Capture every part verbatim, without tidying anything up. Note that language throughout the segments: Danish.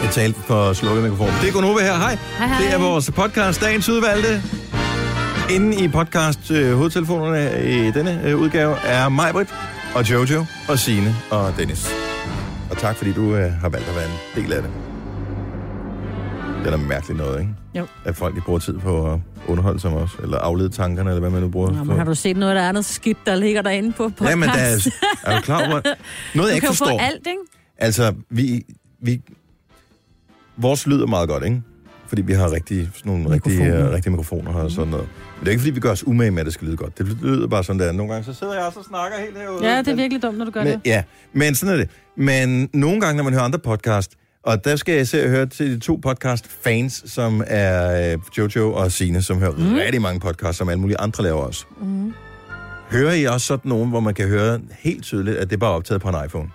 Jeg talte for slukket mikrofon. Det er Gunova her. Hej. Hej, hej. Det er vores podcast, dagens udvalgte. Inde i podcast øh, hovedtelefonerne i denne øh, udgave er Majbrit og Jojo og Signe og Dennis. Og tak fordi du øh, har valgt at være en del af det. Det er da mærkeligt noget, ikke? Jo. At folk de bruger tid på at underholde sig også, eller aflede tankerne, eller hvad man nu bruger. Nå, men har du set noget af det andet skidt, der ligger derinde på podcast? Ja, men der er, er du klar over noget, jeg ikke forstår? Du kan jo få alt, ikke? Altså, vi, vi... Vores lyd er meget godt, ikke? Fordi vi har rigtig, sådan nogle Mikrofoner. rigtige, rigtige mikrofoner og sådan noget. Men det er ikke, fordi vi gør os umage med, at det skal lyde godt. Det lyder bare sådan der. Nogle gange så sidder jeg også og snakker helt herude. Ja, det er virkelig dumt, når du gør men, det. Ja, men sådan er det. Men nogle gange, når man hører andre podcast, og der skal jeg se og høre til de to podcast-fans, som er Jojo og Signe, som hører mm. rigtig mange podcasts, som alle mulige andre laver også. Mm. Hører I også sådan nogen, hvor man kan høre helt tydeligt, at det er bare optaget på en iPhone?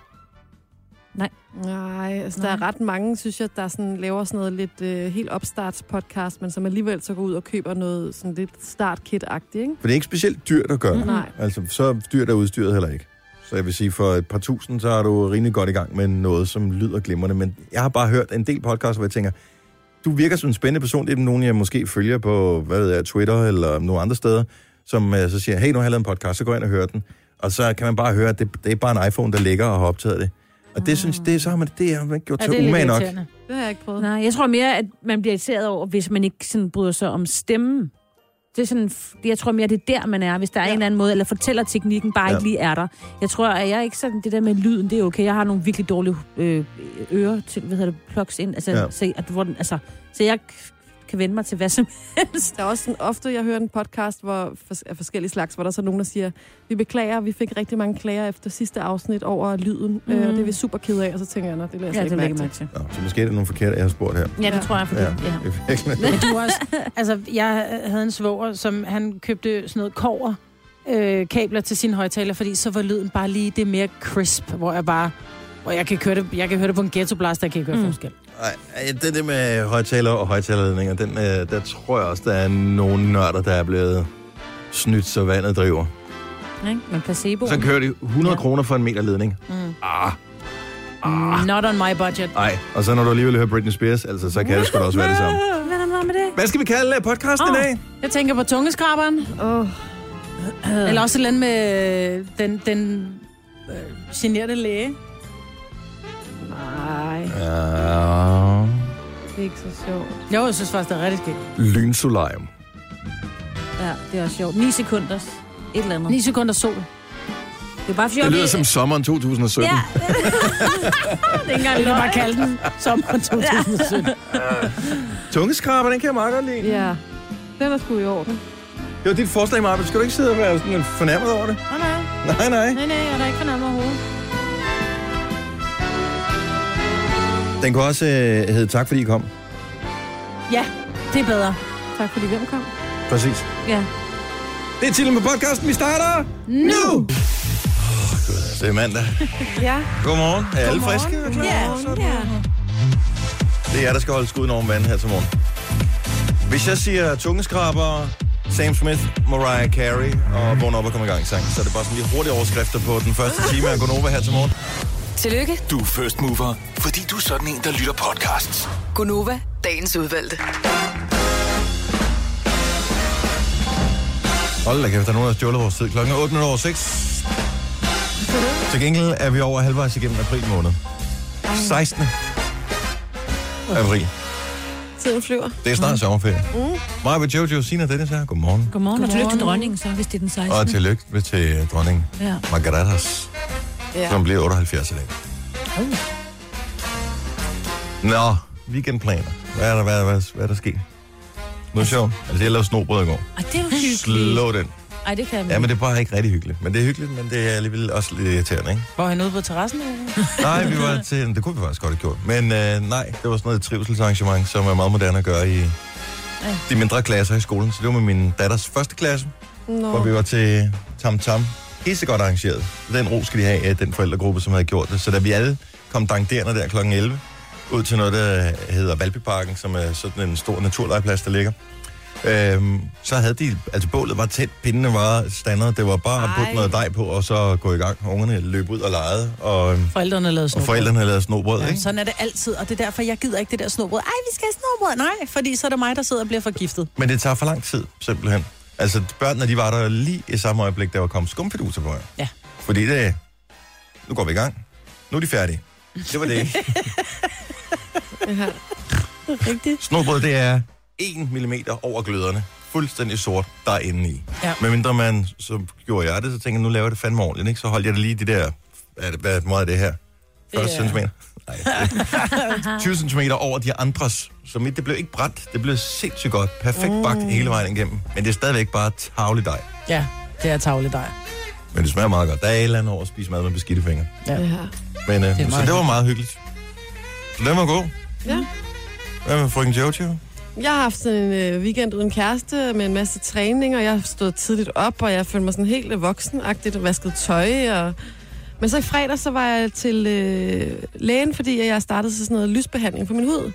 Nej. Nej, altså Nej. Der er ret mange, synes jeg, der sådan, laver sådan noget lidt øh, helt opstartspodcast, men som alligevel så går ud og køber noget sådan lidt startkit-agtigt, ikke? For det er ikke specielt dyrt at gøre. Mm-hmm. Nej. Altså, så dyrt er udstyret heller ikke. Så jeg vil sige, for et par tusind, så er du rimelig godt i gang med noget, som lyder glimrende. Men jeg har bare hørt en del podcasts, hvor jeg tænker, du virker som en spændende person. Det er nogen, jeg måske følger på, hvad ved jeg, Twitter eller nogle andre steder, som uh, så siger, hey, nu har jeg lavet en podcast, så går jeg ind og hører den. Og så kan man bare høre, at det, det er bare en iPhone, der ligger og har optaget det. Og det synes det, så har man det, har man ikke gjort ja, til umage nok. Det har jeg ikke prøvet. Nej, jeg tror mere, at man bliver irriteret over, hvis man ikke sådan bryder sig om stemmen. Det er sådan, jeg tror mere, det er der, man er, hvis der er ja. en eller anden måde, eller fortæller teknikken bare ja. ikke lige er der. Jeg tror, at jeg ikke sådan, det der med lyden, det er okay. Jeg har nogle virkelig dårlige øh, ører til, hvad hedder det, plugs ind. Altså, ja. så, at, hvor den, altså, så jeg kan vende mig til hvad som helst. Der er også sådan, ofte, jeg hører en podcast hvor, af forskellige slags, hvor der er så nogen, der siger, vi beklager, vi fik rigtig mange klager efter sidste afsnit over lyden, mm. øh, og det er vi super ked af, og så tænker jeg, nå, det læser ja, ikke mærke til. til. Nå, så måske er det nogle forkerte, jeg har spurgt her. Ja, det ja. tror jeg, fordi... Ja. Ja. Men du også... Altså, jeg havde en svoger, som han købte sådan noget kover, øh, kabler til sine højtaler, fordi så var lyden bare lige det mere crisp, hvor jeg bare... Hvor jeg kan, køre det, jeg kan høre det på en ghettoblaster, der kan ikke høre mm. forskel. Nej, det det med højtaler og højtalerledninger, den, øh, der tror jeg også, der er nogle nørder, der er blevet snydt, så vandet driver. Ja, men placebo. Så kører de hundrede ja. kroner for en meter ledning. Mm. Ah. ah. Not on my budget. Nej, og så når du alligevel hører Britney Spears, altså, så kan det sgu da også være det samme. Hvad er der med det? Hvad skal vi kalde podcasten oh, i dag? Jeg tænker på tungeskraberen. Oh. Eller også et eller andet med den, den øh, generede læge. Nej. Ja. Det er ikke så sjovt. Jo, jeg synes faktisk, det er rigtig skægt. Lynsolarium. Ja, det er også sjovt. ni sekunders. Et eller andet. ni sekunder sol. Det er bare for det lyder som sommeren to tusind og sytten. Ja. Det er ikke engang kan bare kalde den sommeren to tusind og sytten. Tungeskraber, den kan jeg meget godt lide. Ja, den er sgu i orden. Det var dit forslag, Marbe. Skal du ikke sidde og være sådan fornærmet over det? Nej, nej. Nej, nej. Nej, nej, jeg er da ikke fornærmet overhovedet. Den kunne også øh, hedde Tak, fordi I kom. Ja, det er bedre. Tak fordi hvem kom? Præcis. Ja. Det er titlen på podcasten. Vi starter nu! nu! Oh, Gud, det er mandag. Ja. Godmorgen. Er alle friske? Ja, ja. Det er jer, der skal holde skuden over vand her til morgen. Hvis jeg siger tungeskraber, Sam Smith, Mariah Carey og vågn op og komme i gang sang, så er det bare sådan lige hurtige overskrifter på den første time af Gunova her til morgen. Tillykke. Du er first mover, fordi du er sådan en, der lytter podcasts. Gunova, dagens udvalgte. Hold da kæft, der er nogen, der har stjålet vores tid. Klokken er otte over seks. Til gengæld er vi over halvvejs igennem april måned. sekstende april. Tiden flyver. Det er snart mm. sommerferie. Mm. Maja, Jojo, Signe og Dennis her. Godmorgen. Godmorgen, og tillykke til dronningen, så, hvis det er den sekstende. Og tillykke til dronningen ja. Margrethes, ja. som bliver otteoghalvfjerds i dag. Oh. Nå, weekendplaner. Hvad er der, hvad, hvad, hvad er der sket? Noget sjovt. Altså, jeg lavede snobrød i går. Ej, det er jo hyggeligt. Slå den. Ej, det kan man. Ja, men det er bare ikke rigtig hyggeligt. Men det er hyggeligt, men det er alligevel også lidt irriterende, ikke? Var han ude på terrassen? Eller? Nej, vi var til... Det kunne vi faktisk godt have gjort. Men øh, nej, det var sådan noget trivselsarrangement, som er meget moderne at gøre i ja. de mindre klasser i skolen. Så det var med min datters første klasse, no. hvor vi var til Tam Tam. Helt så godt arrangeret. Den ro skal de have af den forældregruppe, som havde gjort det. Så da vi alle kom dankderende der klokken elleve, ud til noget, der hedder Valbyparken, som er sådan en stor naturlegeplads, der ligger, Øhm, så havde de, altså bålet var tæt, pindene var standard, det var bare at putte noget dej på, og så gå i gang. Ungerne løb ud og legede, og Forældrene lavede og snobrød. forældrene havde lavet snobrød, Ja, ikke? sådan er det altid, og det er derfor, jeg gider ikke det der snobrød. Ej, vi skal have snobrød. Nej, fordi så er det mig, der sidder og bliver forgiftet. Men det tager for lang tid, simpelthen. Altså, børnene, de var der lige i samme øjeblik, der var kommet skumfiduser på jer. Ja. Fordi det, nu går vi i gang. Nu er de færdige. Det var det ikke. Rigtigt. Snobrød, det er en millimeter over gløderne. Fuldstændig sort, der er inde i. Ja. Men mindre man, så gjorde jeg det, så tænkte jeg, nu laver jeg det fandme ordentligt, ikke? Så holdt jeg det lige de der, hvad, hvad meget er det her? fyrre Det er- centimeter? Nej, tyve centimeter over de andres. Så mit, det blev ikke brændt. Det blev sindssygt godt. Perfekt bagt hele vejen igennem. Men det er stadigvæk bare tavlig dej. Ja, det er tavlig dej. Men det smager meget godt. Der er et eller andet over at spise mad med beskidte fingre. Ja. Men, øh, Det er så meget det var meget hyggeligt. Så den var god. Ja. Hvad med frøken Jojo? Jeg har haft sådan en øh, weekend uden kæreste med en masse træning, og jeg har stået tidligt op, og jeg følte mig sådan helt øh, voksenagtigt og vasket tøj. Og... Men så i fredag, så var jeg til øh, lægen, fordi jeg startede sådan noget lysbehandling på min hud.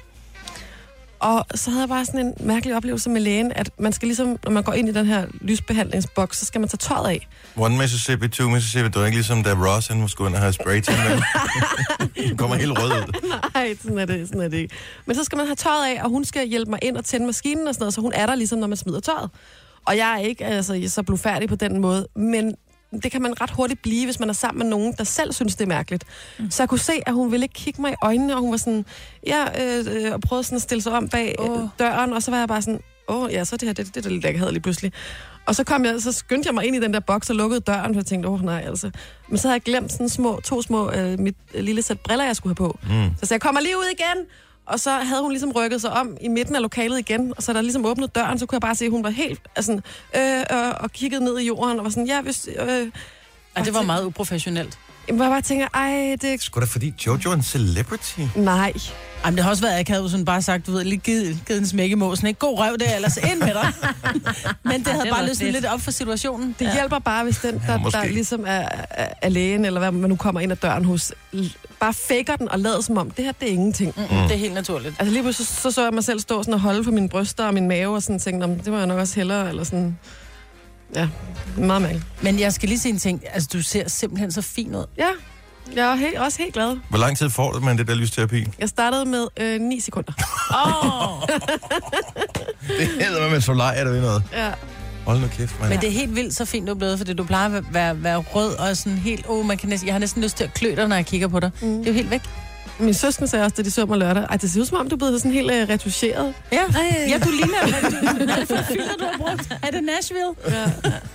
Og så havde jeg bare sådan en mærkelig oplevelse med lægen, at man skal ligesom, når man går ind i den her lysbehandlingsboks, så skal man tage tøjet af. One Mississippi, two Mississippi. Det var ikke ligesom, da Ross han skulle ind og have spray til med. Den kommer helt rød ud. Nej, sådan er, det, sådan er det ikke. Men så skal man have tøjet af, og hun skal hjælpe mig ind og tænde maskinen og sådan noget, så hun er der ligesom, når man smider tøjet. Og jeg er ikke altså, så blufærdig på den måde, men det kan man ret hurtigt blive, hvis man er sammen med nogen, der selv synes, det er mærkeligt. Mm. Så jeg kunne se, at hun ville ikke kigge mig i øjnene, og hun var sådan, ja, øh, øh, og prøvede sådan at stille sig om bag oh. øh, døren, og så var jeg bare sådan, åh, oh, ja, så det her, det, det, det er lidt akavet lige pludselig. Og så kom jeg, så skyndte jeg mig ind i den der boks og lukkede døren, for jeg tænkte, åh oh, nej, altså. Men så havde jeg glemt sådan små, to små, øh, mit øh, lille sæt briller, jeg skulle have på. Mm. Så jeg kommer lige ud igen, og så havde hun ligesom rykket sig om i midten af lokalet igen, og så der ligesom åbnet døren, så kunne jeg bare se, at hun var helt altså, øh, øh, og kiggede ned i jorden, og var sådan, ja, hvis... Øh, Ja, det var meget uprofessionelt. Jeg bare tænker, ej, det... Sgu da fordi Jojo er en celebrity. Nej. Ej, men det har også været, at jeg havde sådan bare sagt, du ved, lige givet, givet en smæk i måsen, ikke? God røv, det er ellers ind med dig. Men det havde det bare var løsnet fedt. lidt op for situationen. Det ja. hjælper bare, hvis den, der, Ja, der ligesom er, er, er lægen, eller hvad man nu kommer ind ad døren hos, l- bare faker den og lader som om, det her, det er ingenting. Mm. Mm. Det er helt naturligt. Altså lige pludselig så, så så jeg mig selv stå sådan og holde på mine bryster og min mave, og sådan tænkte, det var jeg nok også hellere, eller sådan... Ja, meget mærkeligt. Men jeg skal lige sige en ting. Altså, du ser simpelthen så fin ud. Ja, jeg er helt, også helt glad. Hvor lang tid får man det der lysterapi? Jeg startede med øh, ni sekunder. Åh! Oh. Det hedder man med solarier, der ved noget. Ja. Hold nu kæft, man. Men det er helt vildt så fint, du er blevet, fordi du plejer at være, være rød og sådan helt... Åh, oh, man kan næsten, jeg har næsten lyst til at klø dig, når jeg kigger på dig. Mm. Det er jo helt væk. Min søskende sagde også, da de så mig lørdag, at det ser ud som om, du er blevet sådan helt uh, retuscheret. Ja, Ej. Ja, du ligner... Hvad er det for et filter, du har brugt? Er det Nashville? Ja.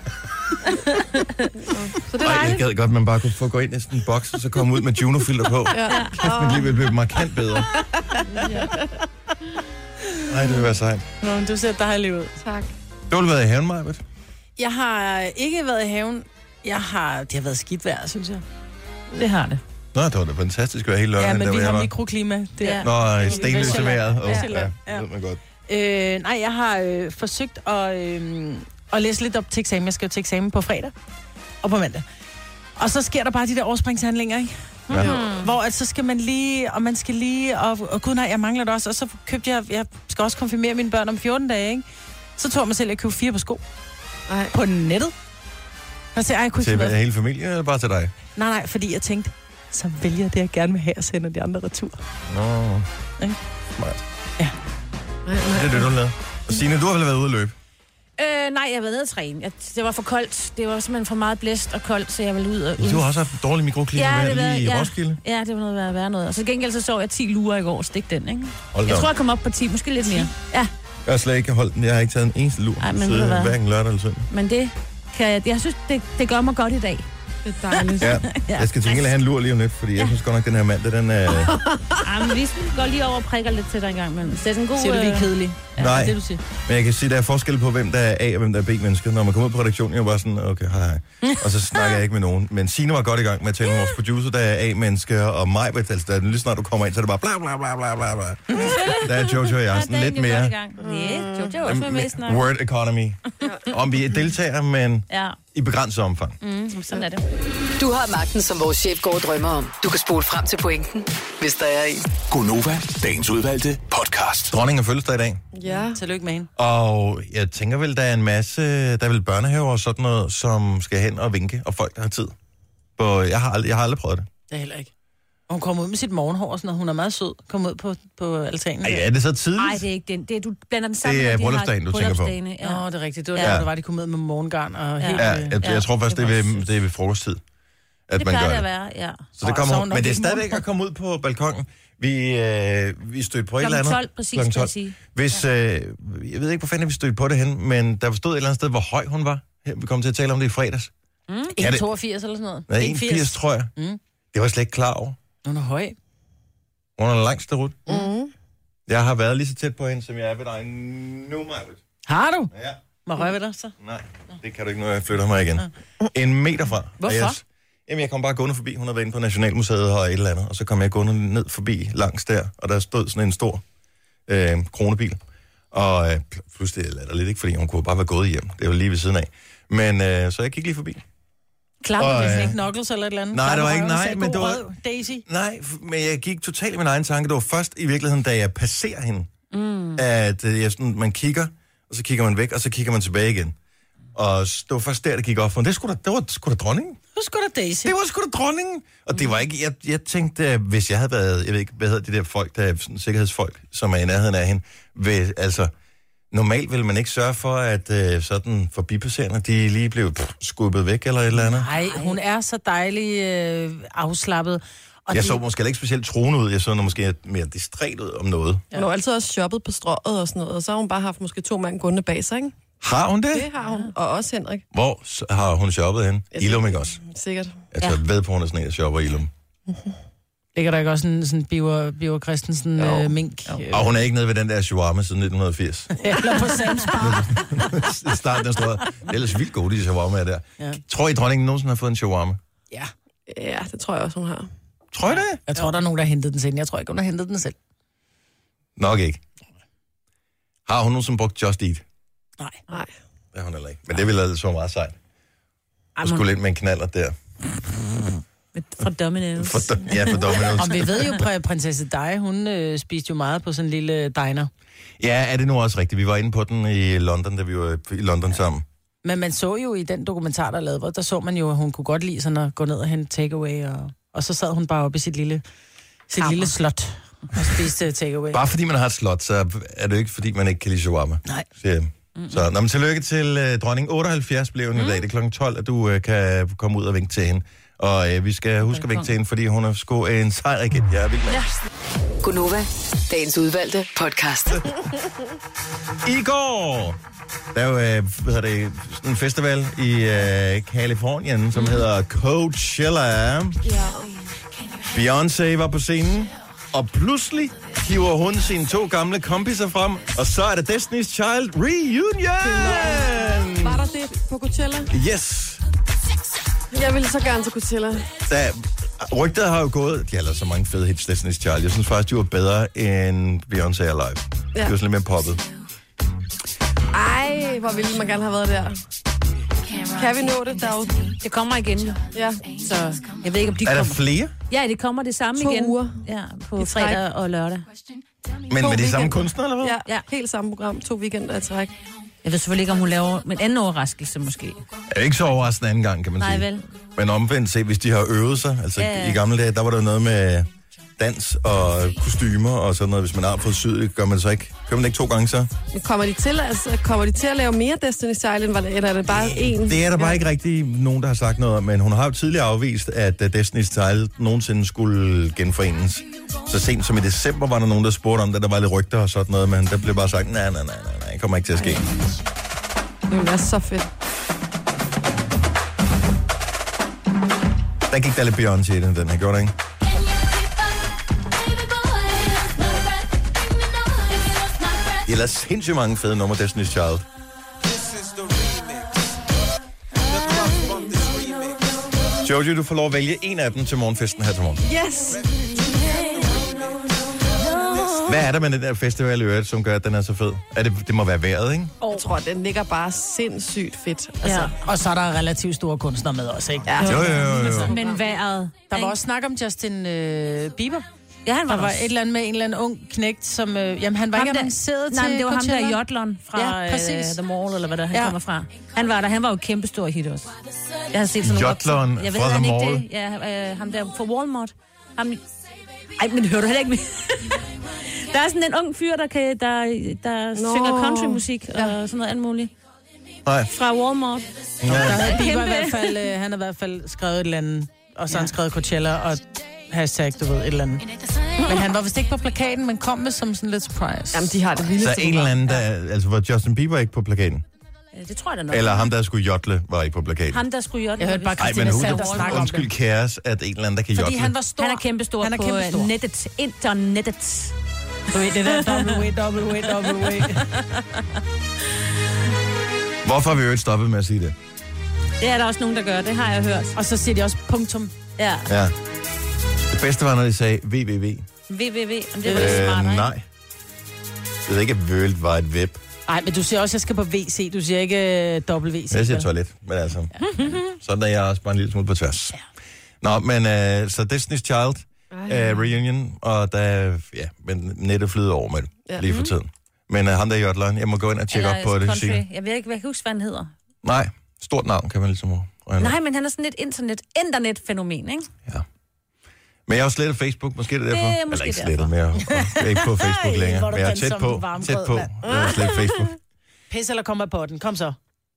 Så det er Ej, jeg dejligt. gad godt, at man bare kunne få gå ind i sådan en boks, og så komme ud med Juno-filter på. Ja. Kæft, mit liv vil blive markant bedre. Nej, det vil være sejt. Nå, du ser dejlig ud. Tak. Du har været i haven, Majbert. Jeg har ikke været i haven. Jeg har... Det har været skidt vejr, synes jeg. Det har det. Nå, det var da fantastisk at være hele Ja, lørdagen, men der vi hvor jeg har var. mikroklima. Det er. Nå, stenløse vejret. Oh, Ja. ja, Ja. det ved man godt. Øh, nej, jeg har øh, forsøgt at, øh, at læse lidt op til eksamen. Jeg skal jo til eksamen på fredag og på mandag. Og så sker der bare de der overspringshandlinger, ikke? Ja. Mm. Hvor at så skal man lige, og man skal lige, og, og gud nej, jeg mangler det også. Og så købte jeg, jeg skal også konfirmere mine børn om fjorten dage, ikke? Så tog jeg mig selv, at jeg købte fire på sko. Ej. På nettet. Og så, ej, jeg kunne ikke Til finde ud af- hele familien, eller bare til dig? Nej, nej, fordi jeg tænkte, så vælger jeg det, jeg gerne vil have, og sender de andre retur. Nå, Ikke? smart. Nej, nej. Det er det, du lavede. Og Signe, du har vel været ude at løbe? Øh, nej, jeg har været nede at træne. Jeg, det var for koldt. Det var simpelthen for meget blæst og koldt, så jeg ville ud og... Du har også haft dårlig mikroklima Ja, ja, det var- lige i ja. Roskilde. Ja, det var noget værre, værre noget. Og så gengæld så sov jeg ti lurer i går. Stik den, ikke? Hold da Jeg op. tror, jeg kom op på ti, måske lidt mere. Ja, Jeg har slet ikke holdt den. Jeg har ikke taget en eneste lur. Ej, men siden ved du hvad? hverken lørdag eller søndag. men det kan jeg... Jeg synes, det, det gør mig godt i dag. Det er dejligt. Ja, jeg skal til gengæld have en lur lige om lidt, fordi jeg synes godt nok, den her mandag, den er... Ej, men vi går lige over og prikker lidt til dig en gang imellem. Så det er sådan en god... Siger du, vi er øh, kedelige? Ja, Nej. det, du siger. Men jeg kan sige, der er forskel på, hvem der er A og hvem der er B-mennesker. Når man kommer ud på redaktionen, jeg var bare sådan, okay, hej, hej. Og så snakker jeg ikke med nogen. Men Signe var godt i gang med at tale med vores producer, der er A-mennesker, og mig, altså, der, lige snart du kommer ind, så er det bare bla bla bla bla bla bla. Der er Jojo og jeg sådan lidt mere... Nej, Jojo er også med med snart. Word economy. Om vi deltager, men Ja, i begrænset omfang. mm, sådan er det. Du har magten, som vores chef går og drømmer om. Du kan spole frem til pointen, hvis der er en. Gonova, dagens udvalgte podcast. podcast. Dronningen har fødselsdag i dag. Ja. Tillykke med hende. Og jeg tænker vel, der er en masse, der er vel børnehaver og sådan noget, som skal hen og vinke, og folk, der har tid. For jeg har aldrig, jeg har aldrig prøvet det. Det er heller ikke. Og hun kommer ud med sit morgenhår og sådan noget. Hun er meget sød. Kommer ud på, på altanen. Ej, er det så tidligt? Nej, det er ikke den. Det er, du blander den sammen. Det er med, de har bryllupsdagen, du tænker på. bryllupsdagene, Ja. Nå, det er rigtigt. Det var Ja. der, der var, de kom ud med morgengarn og Ja. helt... Ja, øh, jeg, jeg Ja, tror først, det det er, var ved, det er ved frokosttid, at Det man plejer gør det at det. være, ja. Så det Og kommer, så er hun nok men det er ikke stadigvæk at komme ud på balkongen. Vi, øh, vi stødte på et eller Klokken andet. tolv, præcis, Klokken skal jeg sige. Hvis, øh, jeg ved ikke, hvor fanden vi stødte på det hen, men der stod et eller andet sted, hvor høj hun var. Vi kom til at tale om det i fredags. en Er komma det- toogfirs eller sådan noget. Nej, en komma firs, tror jeg. Mm. Det var jeg slet ikke klar over. Hun er høj. Hun er langt derud. Mm. Jeg har været lige så tæt på hende, som jeg er ved dig nu, Majbrit. Har du? Ja. Hvor høj ved dig så? Nej, det kan du ikke, når jeg flytter mig igen. En meter fra. Hvorfor? Og Jeg, jamen, jeg kom bare gående forbi. Hun havde været inde på Nationalmuseet og et eller andet. Og så kom jeg gående ned forbi langs der. Og der stod sådan en stor øh, kronebil. Og øh, pludselig er det lidt ikke, fordi hun kunne bare være gået hjem. Det var lige ved siden af. Men øh, så jeg gik lige forbi. Klapper Og, du øh, Snake Knuckles eller et eller andet? nej, det var Klapper ikke- røven og nej, sagde, men "God det var- røv, Daisy." Nej, f- men jeg gik totalt i min egen tanke. Det var først i virkeligheden, da jeg passerer hende, mm. at øh, jeg sådan, man kigger, og så kigger man væk, og så kigger man tilbage igen. Og s- det var først der, det gik op for. Det, skulle da, det var sgu da dronningen. Husk da Daisy. Det var sgu da dronningen. Og det var ikke, jeg, jeg tænkte, at hvis jeg havde været, jeg ved ikke, hvad hedder de der folk, der er sådan sikkerhedsfolk, som er i nærheden af hende, ved, altså, normalt vil man ikke sørge for, at øh, sådan forbipasserende, de lige blev pff, skubbet væk eller et eller andet. Nej, hun er så dejlig øh, afslappet. Og Jeg de- så måske ikke specielt troende ud, jeg så måske mere distræt ud om noget. Hun har altid også shoppet på strøget og sådan noget, og så har hun bare haft måske to mand gående bag sig, ikke? Har hun det? Det har hun. Og også Henrik, Hvor s- har hun shoppet hen? Jeg Ilum, ikke også? sikkert. Jeg tager ved på, hun er sådan en, der shopper Ilum. Ligger der ikke også en sådan Biver, Biver Christensen Jo. øh, mink? Øh, Og hun er ikke nede ved den der shawarma siden nitten firs. eller på Sam's Bar. I starten der stod, det er ellers vildt gode, de shawarma der. Ja. Tror I, dronningen nogensinde har fået en shawarma? Ja. Ja, det tror jeg også, hun har. Tror I det? Jeg tror, der er nogen, der har hentet den selv. Jeg tror ikke, hun har hentet den selv. Nok ikke. Har hun nogensinde brugt Just Eat? Nej. Nej. Det har hun heller ikke. Men det ville altså være meget sejt. Ej, Og skulle lidt med en knaller der. Fra Domino's. For, ja, for Domino's. Og vi ved jo, at prinsesse Di, hun øh, spiste jo meget på sådan en lille diner. Ja, er det nu også rigtigt? Vi var inde på den i London, da vi var i London sammen. Men man så jo i den dokumentar, der lavede, hvor der så man jo, at hun kunne godt lide sådan at gå ned og hente takeaway, og, og så sad hun bare oppe i sit lille, sit lille slot og spiste takeaway. Bare fordi man har et slot, så er det jo ikke, fordi man ikke kan lide shawarma. Nej. Så, så nå, men tillykke til uh, dronning. otteoghalvfjerds blev hun mm. i dag. Det er klokken tolv, at du uh, kan komme ud og vinke til hende. Og uh, vi skal huske at vinke til hende, fordi hun er sgu en sejr igen. Jeg er vild med. Ja. Gunova, dagens udvalgte podcast. I går, der er jo uh, hvad hedder det, sådan en festival i uh, Kalifornien, som mm. hedder Coachella. Ja. Beyoncé var på scenen, og pludselig hiver hun sine to gamle kompiser frem, og så er det Destiny's Child Reunion! Var der det på Coachella? Yes! Jeg ville så gerne til Coachella. Da, rygtet har jo gået, de har lavet så mange fede hits, Destiny's Child. Jeg synes faktisk, de var bedre end Beyoncé er live. Ja. Det var sådan lidt mere poppet. Ej, hvor ville man gerne have været der. Kan vi nå det? Der er jo... Det kommer igen, jo. Ja. Så jeg ved ikke, om de Er der kommer. flere? Ja, det kommer det samme To igen. uger. Ja, på I træk. fredag og lørdag. Men To med de samme weekender. kunstnere, eller hvad? Ja, Ja. helt samme program. To weekender i træk. Jeg ved selvfølgelig ikke, om hun laver en anden overraskelse, måske. Er ikke så overraskende anden gang, kan man Nej, sige. vel. Men omvendt se, hvis de har øvet sig. Altså Ja, ja. i gamle dage, der var der noget med dans og kostymer og sådan noget. Hvis man har fået syet, gør man det så ikke. Gør man det ikke to gange så? Kommer de til, altså, kommer de til at lave mere Destiny's Child, end var det, eller er det bare én? Det er der bare ikke rigtig nogen, der har sagt noget om, men hun har jo tidligere afvist, at uh, Destiny's Child nogensinde skulle genforenes. Så sent som i december var der nogen, der spurgte om det, der var lidt rygter og sådan noget, men der blev bare sagt, nej, nej, nej, nej, nej, det kommer ikke til at ske. Det ville være så fedt. Der gik der lidt Beyoncé i den, den her, gjorde der ikke? De har lavet sindssygt mange fede numre, Destiny's Child. Jojo, du får lov at vælge en af dem til morgenfesten her til morgen. Yes! Hvad er der med den der festival i øvrigt, som gør, at den er så fed? Er det, det må være vejret, ikke? Jeg tror, den ligger bare sindssygt fedt. Altså, Ja. Og så er der relativt store kunstnere med også, ikke? Ja. Jo, jo, jo, jo. Men vejret. Der var ikke? også snak om Justin øh, Bieber. Ja, han var Der var også. et eller andet med en eller anden ung knægt, som... Øh, jamen, han var Ham ikke der- annonceret til Nej, men det var ham Coachella. der Jotlon fra Ja, ja, præcis. uh, The Mall, eller hvad der han Ja. kommer fra. Han var der, han var jo kæmpestor hit også. Jeg har set sådan nogle Jotlon optag- Jeg ved fra han The ikke Mall. det. Ja, øh, ham der fra Walmart. Ham... Ej, men hører du heller ikke med? Der er sådan en ung fyr, der, kan, der, der synger countrymusik ja. og sådan noget alt muligt. Nej. Fra Walmart. Ja. Der havde Bieber Kæmpe- i hvert fald, øh, han har i hvert fald skrevet et eller andet, og så har han skrevet Coachella og hashtag, du ved, et eller andet. Men han var vist ikke på plakaten, men kom med som sådan lidt surprise. Jamen, de har det vildeste. Så en eller anden, der, altså var Justin Bieber ikke på plakaten? Ja, det tror jeg da nok. Eller ham, der skulle jotle, var ikke på plakaten? Ham, der skulle Jotlon. Jeg hørte bare Ej, men Christina hun, Sander snakke om undskyld det. kæres, at en eller anden, der kan Fordi jotle. han var stor. Han er kæmpestor Han er på kæmpestor. uh, nettet. Internettet. Du ved, det der W W W. Hvorfor har vi jo ikke stoppet med at sige det? Det er der også nogen, der gør. Det har jeg hørt. Og så siger de også punktum. Ja. Ja. Det bedste var, når de sagde www. www. Om det var lidt smartere, ikke? Nej. Det er ikke World Wide Web. Nej, men du siger også, at jeg skal på W C. Du siger ikke uh, W C. Jeg siger toilet, men altså. Sådan er jeg også bare en lille smule på tværs. Nå, men uh, så Destiny's Child uh, reunion, og der, ja, men nettet flyder over med det, Ja. lige for tiden. Men uh, ham der Jotleren, jeg må gå ind og tjekke op på det. country. Sige. Jeg ved ikke, hvad jeg kan huske, hvad han hedder. Nej, stort navn kan man ligesom regne. Nej, men han er sådan et internet, internet-fænomen, ikke? Ja. Men jeg har jo slettet Facebook, måske er det derfor. Det er måske Eller ikke derfor. slettet mere. Jeg er ikke på Facebook Ej, længere, hvor er du men jeg er den tæt som på. din varme Tæt grød, på. mand. Jeg har slettet Facebook. Pis eller kommer på den. Kom så.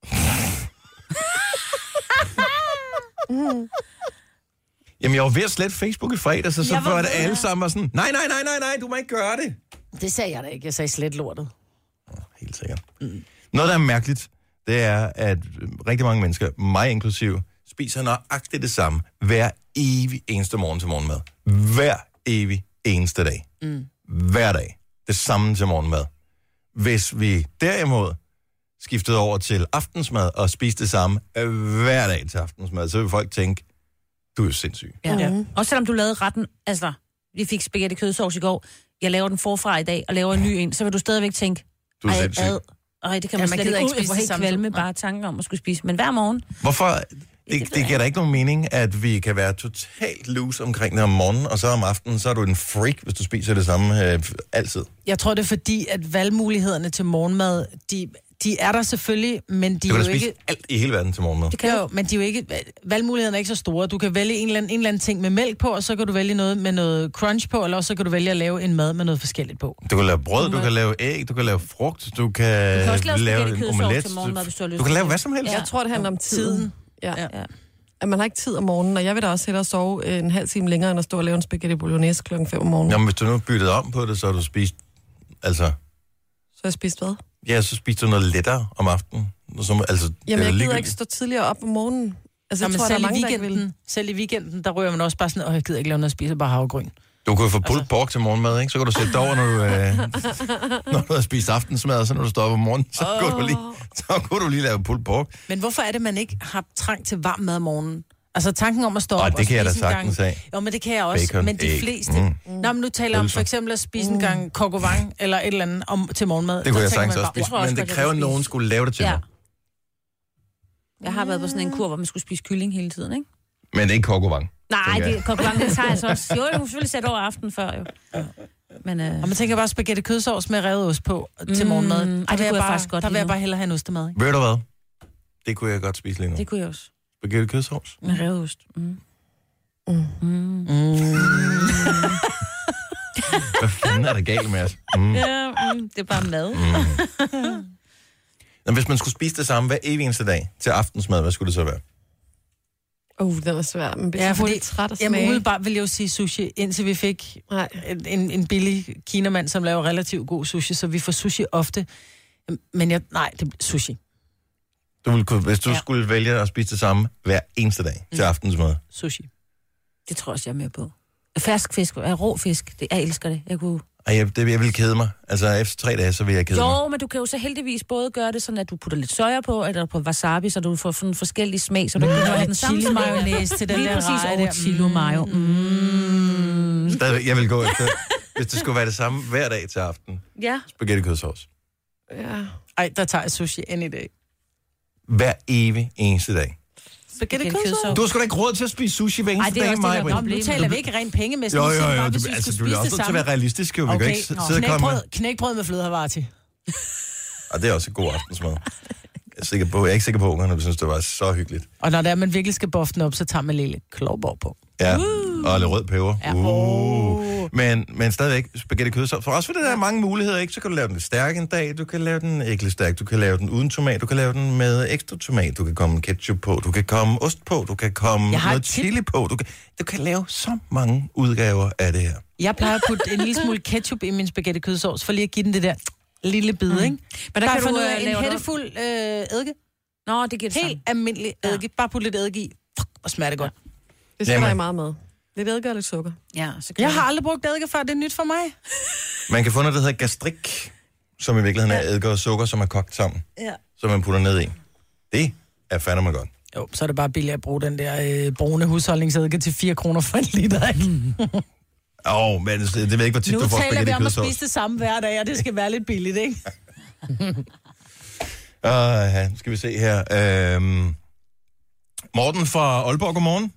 Jamen, jeg var ved at slette Facebook i fredag, så så Jeg var var det ved, alle ja. sammen var sådan, nej, nej, nej, nej, nej, du må ikke gøre det. Det sagde jeg da ikke. Jeg sagde slet lortet. Helt sikkert. Mm. Noget, der er mærkeligt, det er, at rigtig mange mennesker, mig inklusiv, spiser nøjagtigt det samme hver evig eneste morgen til morgenmad. Hver evig eneste dag. Mm. Hver dag. Det samme til morgenmad. Hvis vi derimod skiftede over til aftensmad og spiste det samme hver dag til aftensmad, så vil folk tænke, du er jo sindssyg. Ja. ja. Også selvom du lavede retten, altså, vi fik spaghetti kødsovs i går, jeg laver den forfra i dag, og laver en ny en, så vil du stadigvæk tænke, Du er ej, sindssyg. ad, ej, det kan Ja, man man slet gider ikke ikke ud. Jeg spise får det helt samme kvalme som- bare tanker om at skulle spise. Men hver morgen, Hvorfor? Det, ved det, det jeg giver da ikke nogen mening, at vi kan være totalt loose omkring det om morgenen, og så om aftenen, så er du en freak, hvis du spiser det samme øh, altid. Jeg tror, det er fordi, at valgmulighederne til morgenmad, de, de er der selvfølgelig, men de Du er kan jo da spise ikke... alt i hele verden til morgenmad. Det kan jo, men de er jo ikke... Valgmulighederne er ikke så store. Du kan vælge en eller, anden, en eller anden ting med mælk på, og så kan du vælge noget med noget crunch på, eller også så kan du vælge at lave en mad med noget forskelligt på. Du kan lave brød, du kan lave æg, du kan lave frugt, du kan, Du kan også lave spaghetti en kødsovs omelet. til morgenmad, hvis du har lyst Du kan til lave det. hvad som helst. Ja. Jeg tror, det handler om tiden. Tiden. Ja. ja. At man har ikke tid om morgenen, og jeg vil da også hellere sove en halv time længere, end at stå og lave en spaghetti bolognese klokken fem om morgenen. Jamen, hvis du nu byttede om på det, så har du spist... Altså, Så har jeg spist hvad? ja, så spiste du noget lettere om aftenen. Som, altså, Jamen, det er jeg gider ligegyldigt. ikke stå tidligere op om morgenen. Altså, Nå, jeg men tror, der er selv, i mange, der ikke vil. weekenden, selv i weekenden, der ryger man også bare sådan, åh, jeg gider ikke lave noget at spise, bare havregryn. Du kunne få pulled Altså- pork til morgenmad, ikke? Så kan du sætte dig over, når du, øh, når du har spist aftensmad, og så når du står op om morgenen, så, oh. kunne du lige, så kunne du lige lave pulled pork. Men hvorfor er det, man ikke har trang til varm mad om morgenen? Altså tanken om at stå Åh, op det og kan jeg da spise en gang... sagtens af. Jo, men det kan jeg også. Bacon, men de æg, fleste... mm. Mm. Nå, men nu taler jeg om Pølser. for eksempel at spise en gang coq au vin, eller et eller andet om, til morgenmad. Det kunne Der jeg tænker sagtens man også bare, spise, tror jeg også men det godt, jeg kræver, at kan nogen spise. skulle lave det til Ja. mig. Jeg har været på sådan en kur, hvor man skulle spise kylling hele tiden, ikke? Men ikke coq au vin. Nej, tænker jeg. det konkurrence det tager jeg så også. Jo, jeg kunne selvfølgelig sætte over aften før, jo. Men, øh, Og man tænker bare spaghetti kødsovs med revet ost på til Mm, morgenmad. ej, Der det vil kunne jeg, jeg bare, faktisk godt der vil lide jeg nu. bare hellere have en ostemad. Ikke? Ved du hvad? Det kunne jeg godt spise lige nu. det kunne jeg også. Spaghetti kødsovs. Med revet Mm. Hvad fanden er der galt med os? Mm. Ja, mm, det er bare mad. Nå, hvis man skulle spise det samme hver evig eneste dag til aftensmad, hvad skulle det så være? Uh, den er svær. Man bliver Ja, ja, så fordi- hurtigt træt af Jamen smage. umiddelbart vil jeg jo sige sushi, indtil vi fik Nej. en, en, en billig kinamand, som laver relativt god sushi, så vi får sushi ofte. Men jeg, nej, det bliver sushi. Du ville kunne, hvis du ja. Ja. skulle vælge at spise det samme hver eneste dag til aftensmad. Sushi. Det tror jeg også, jeg er med på. Fersk fisk, øh, rå fisk, det, jeg elsker det. Jeg kunne... Ej, jeg, det, jeg ville kede mig. Altså, efter tre dage, så ville jeg kede mig. Jo, men du kan jo så heldigvis både gøre det sådan, at du putter lidt soja på, eller på wasabi, så du får sådan en forskellig smag, så du kan gøre den samme chili smag. mayonnaise til den Lige der præcis, reje over der. chili mayo. Mm. Stadigvæk, jeg vil gå efter, hvis det skulle være det samme hver dag til aften. Ja. Spaghetti kødsovs. Ja. Ej, der tager jeg sushi any day. Hver evig eneste dag. spaghetti kødsovs. Du har sgu da ikke råd til at spise sushi hver eneste dag, Maja. Nå, nu taler vi ikke rent pengemæssigt. Jo, jo, jo. Bare, Du, hvis vi altså, skulle du er spise også det nødt til at være realistisk, jo. Vi Okay, kan ikke nå. sidde og komme... Knækbrød, knækbrød med flødehavarti. Og det er også en god aftensmad. Jeg er, sikker på, jeg er ikke sikker på, at ungerne synes, det var så hyggeligt. Og når det er, man virkelig skal boffe den op, så tager man lille klovborg på. Ja, uh. og lidt rød peber. Ja. Uh. Men, men stadigvæk spaghetti kødsovs. For også fordi der er mange muligheder, ikke? Så kan du lave den lidt stærk en dag, du kan lave den ikke lidt stærk, du kan lave den uden tomat, du kan lave den med ekstra tomat, du kan komme ketchup på, du kan komme ost på, du kan komme noget chili på. Du kan, du kan lave så mange udgaver af det her. Jeg plejer at putte en lille smule ketchup i min spaghetti kødsovs, for lige at give den det der lille bid, mm. ikke? Men der bare kan du uh, uh, en hættefuld øh, eddike. Nå, det giver det Helt samme. almindelig eddike. Bare putte lidt eddike i, og smager det godt. Det skal jeg meget med. Lidt eddike og lidt sukker. Ja, så kan Jeg har aldrig brugt eddike før, det er nyt for mig. Man kan få noget, der hedder gastrik, som i virkeligheden er eddike og sukker, som er kogt sammen, Ja. som man putter ned i. Det er fandme godt. Jo, så er det bare billigt at bruge den der øh, brune husholdningseddike til fire kroner for en liter, ikke? Åh, oh, men det, det ved jeg ikke, hvor tit Nu du får taler vi spaghetti om at kødsovs. spise det samme hver dag, og det skal være lidt billigt, ikke? Uh, ja, skal vi se her. Uh, Morten fra Aalborg, godmorgen.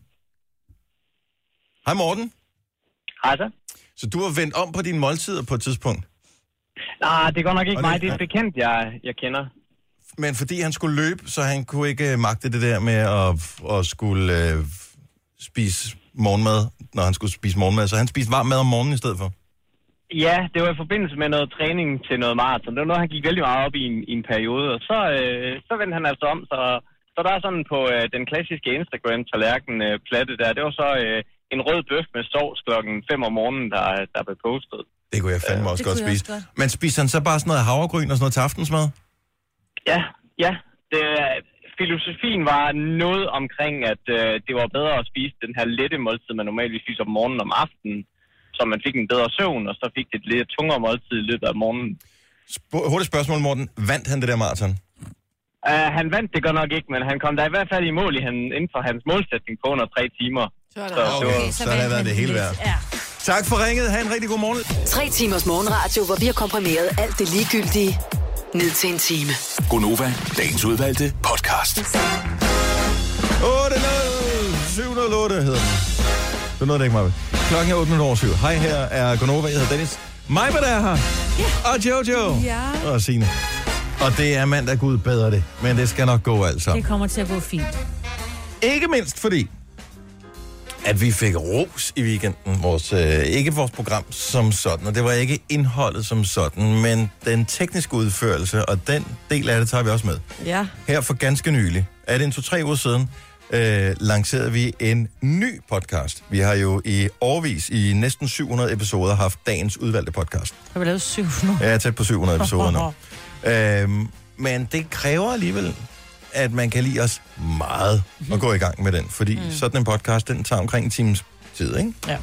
Hej Morten. Hej så. Så du har vendt om på dine måltider på et tidspunkt? Nej, det går nok ikke det, mig. Det er et bekendt, jeg, jeg kender. Men fordi han skulle løbe, så han kunne ikke magte det der med at, at skulle uh, spise morgenmad, når han skulle spise morgenmad. Så han spiste varm mad om morgenen i stedet for? Ja, det var i forbindelse med noget træning til noget maraton. Det var noget, han gik vældig meget op i en, i en periode. Og så, øh, så vendte han altså om. Så, så der er sådan på øh, den klassiske Instagram-tallerken øh, platte der. Det var så øh, en rød bøf med sovs klokken fem om morgenen, der, der blev postet. Det kunne jeg fandme også det godt spise. godt. Men spiser han så bare sådan noget havregryn og sådan noget til aftensmad? Ja, ja. Det, filosofien var noget omkring, at øh, det var bedre at spise den her lette måltid, man normalt spiser om morgenen om aftenen, så man fik en bedre søvn, og så fik det et lidt tungere måltid i løbet af morgenen. Sp- hurtigt spørgsmål, Morten. Vandt han det der maraton? Uh, han vandt det godt nok ikke, men han kom der i hvert fald i mål i han, inden for hans målsætning på under tre timer. Så er det. Så, Okay, det var, så har det været det hele værd. Ja. Tak for ringet. Ha' en rigtig god morgen. Tre timers morgenradio, hvor vi har komprimeret alt det ligegyldige ned til en time. Gonova, dagens udvalgte podcast. otte nul syv nul otte hedder den. Det er noget, det ikke mig. Klokken er otte minutter over syv. Hej, her er Gonova. Jeg hedder Dennis. Mig, hvad der er her. Yeah. Og Jojo. Ja. Og Signe. Og det er mandag, Gud bedre det. Men det skal nok gå alt sammen. Det kommer til at gå fint. Ikke mindst fordi, at vi fik ros i weekenden. Vores, øh, ikke vores program som sådan, og det var ikke indholdet som sådan, men den tekniske udførelse, og den del af det tager vi også med. Ja. Her for ganske nylig, er det en to-tre uger siden, øh, lancerede vi en ny podcast. Vi har jo i årvis, i næsten syv hundrede episoder, haft dagens udvalgte podcast. Har vi lavet syv hundrede? Jeg er tæt på syv hundrede episoder nu. øhm, men det kræver alligevel, at man kan lide os meget at gå i gang med den. Fordi mm. sådan en podcast, den tager omkring en times tid, ikke? Ja.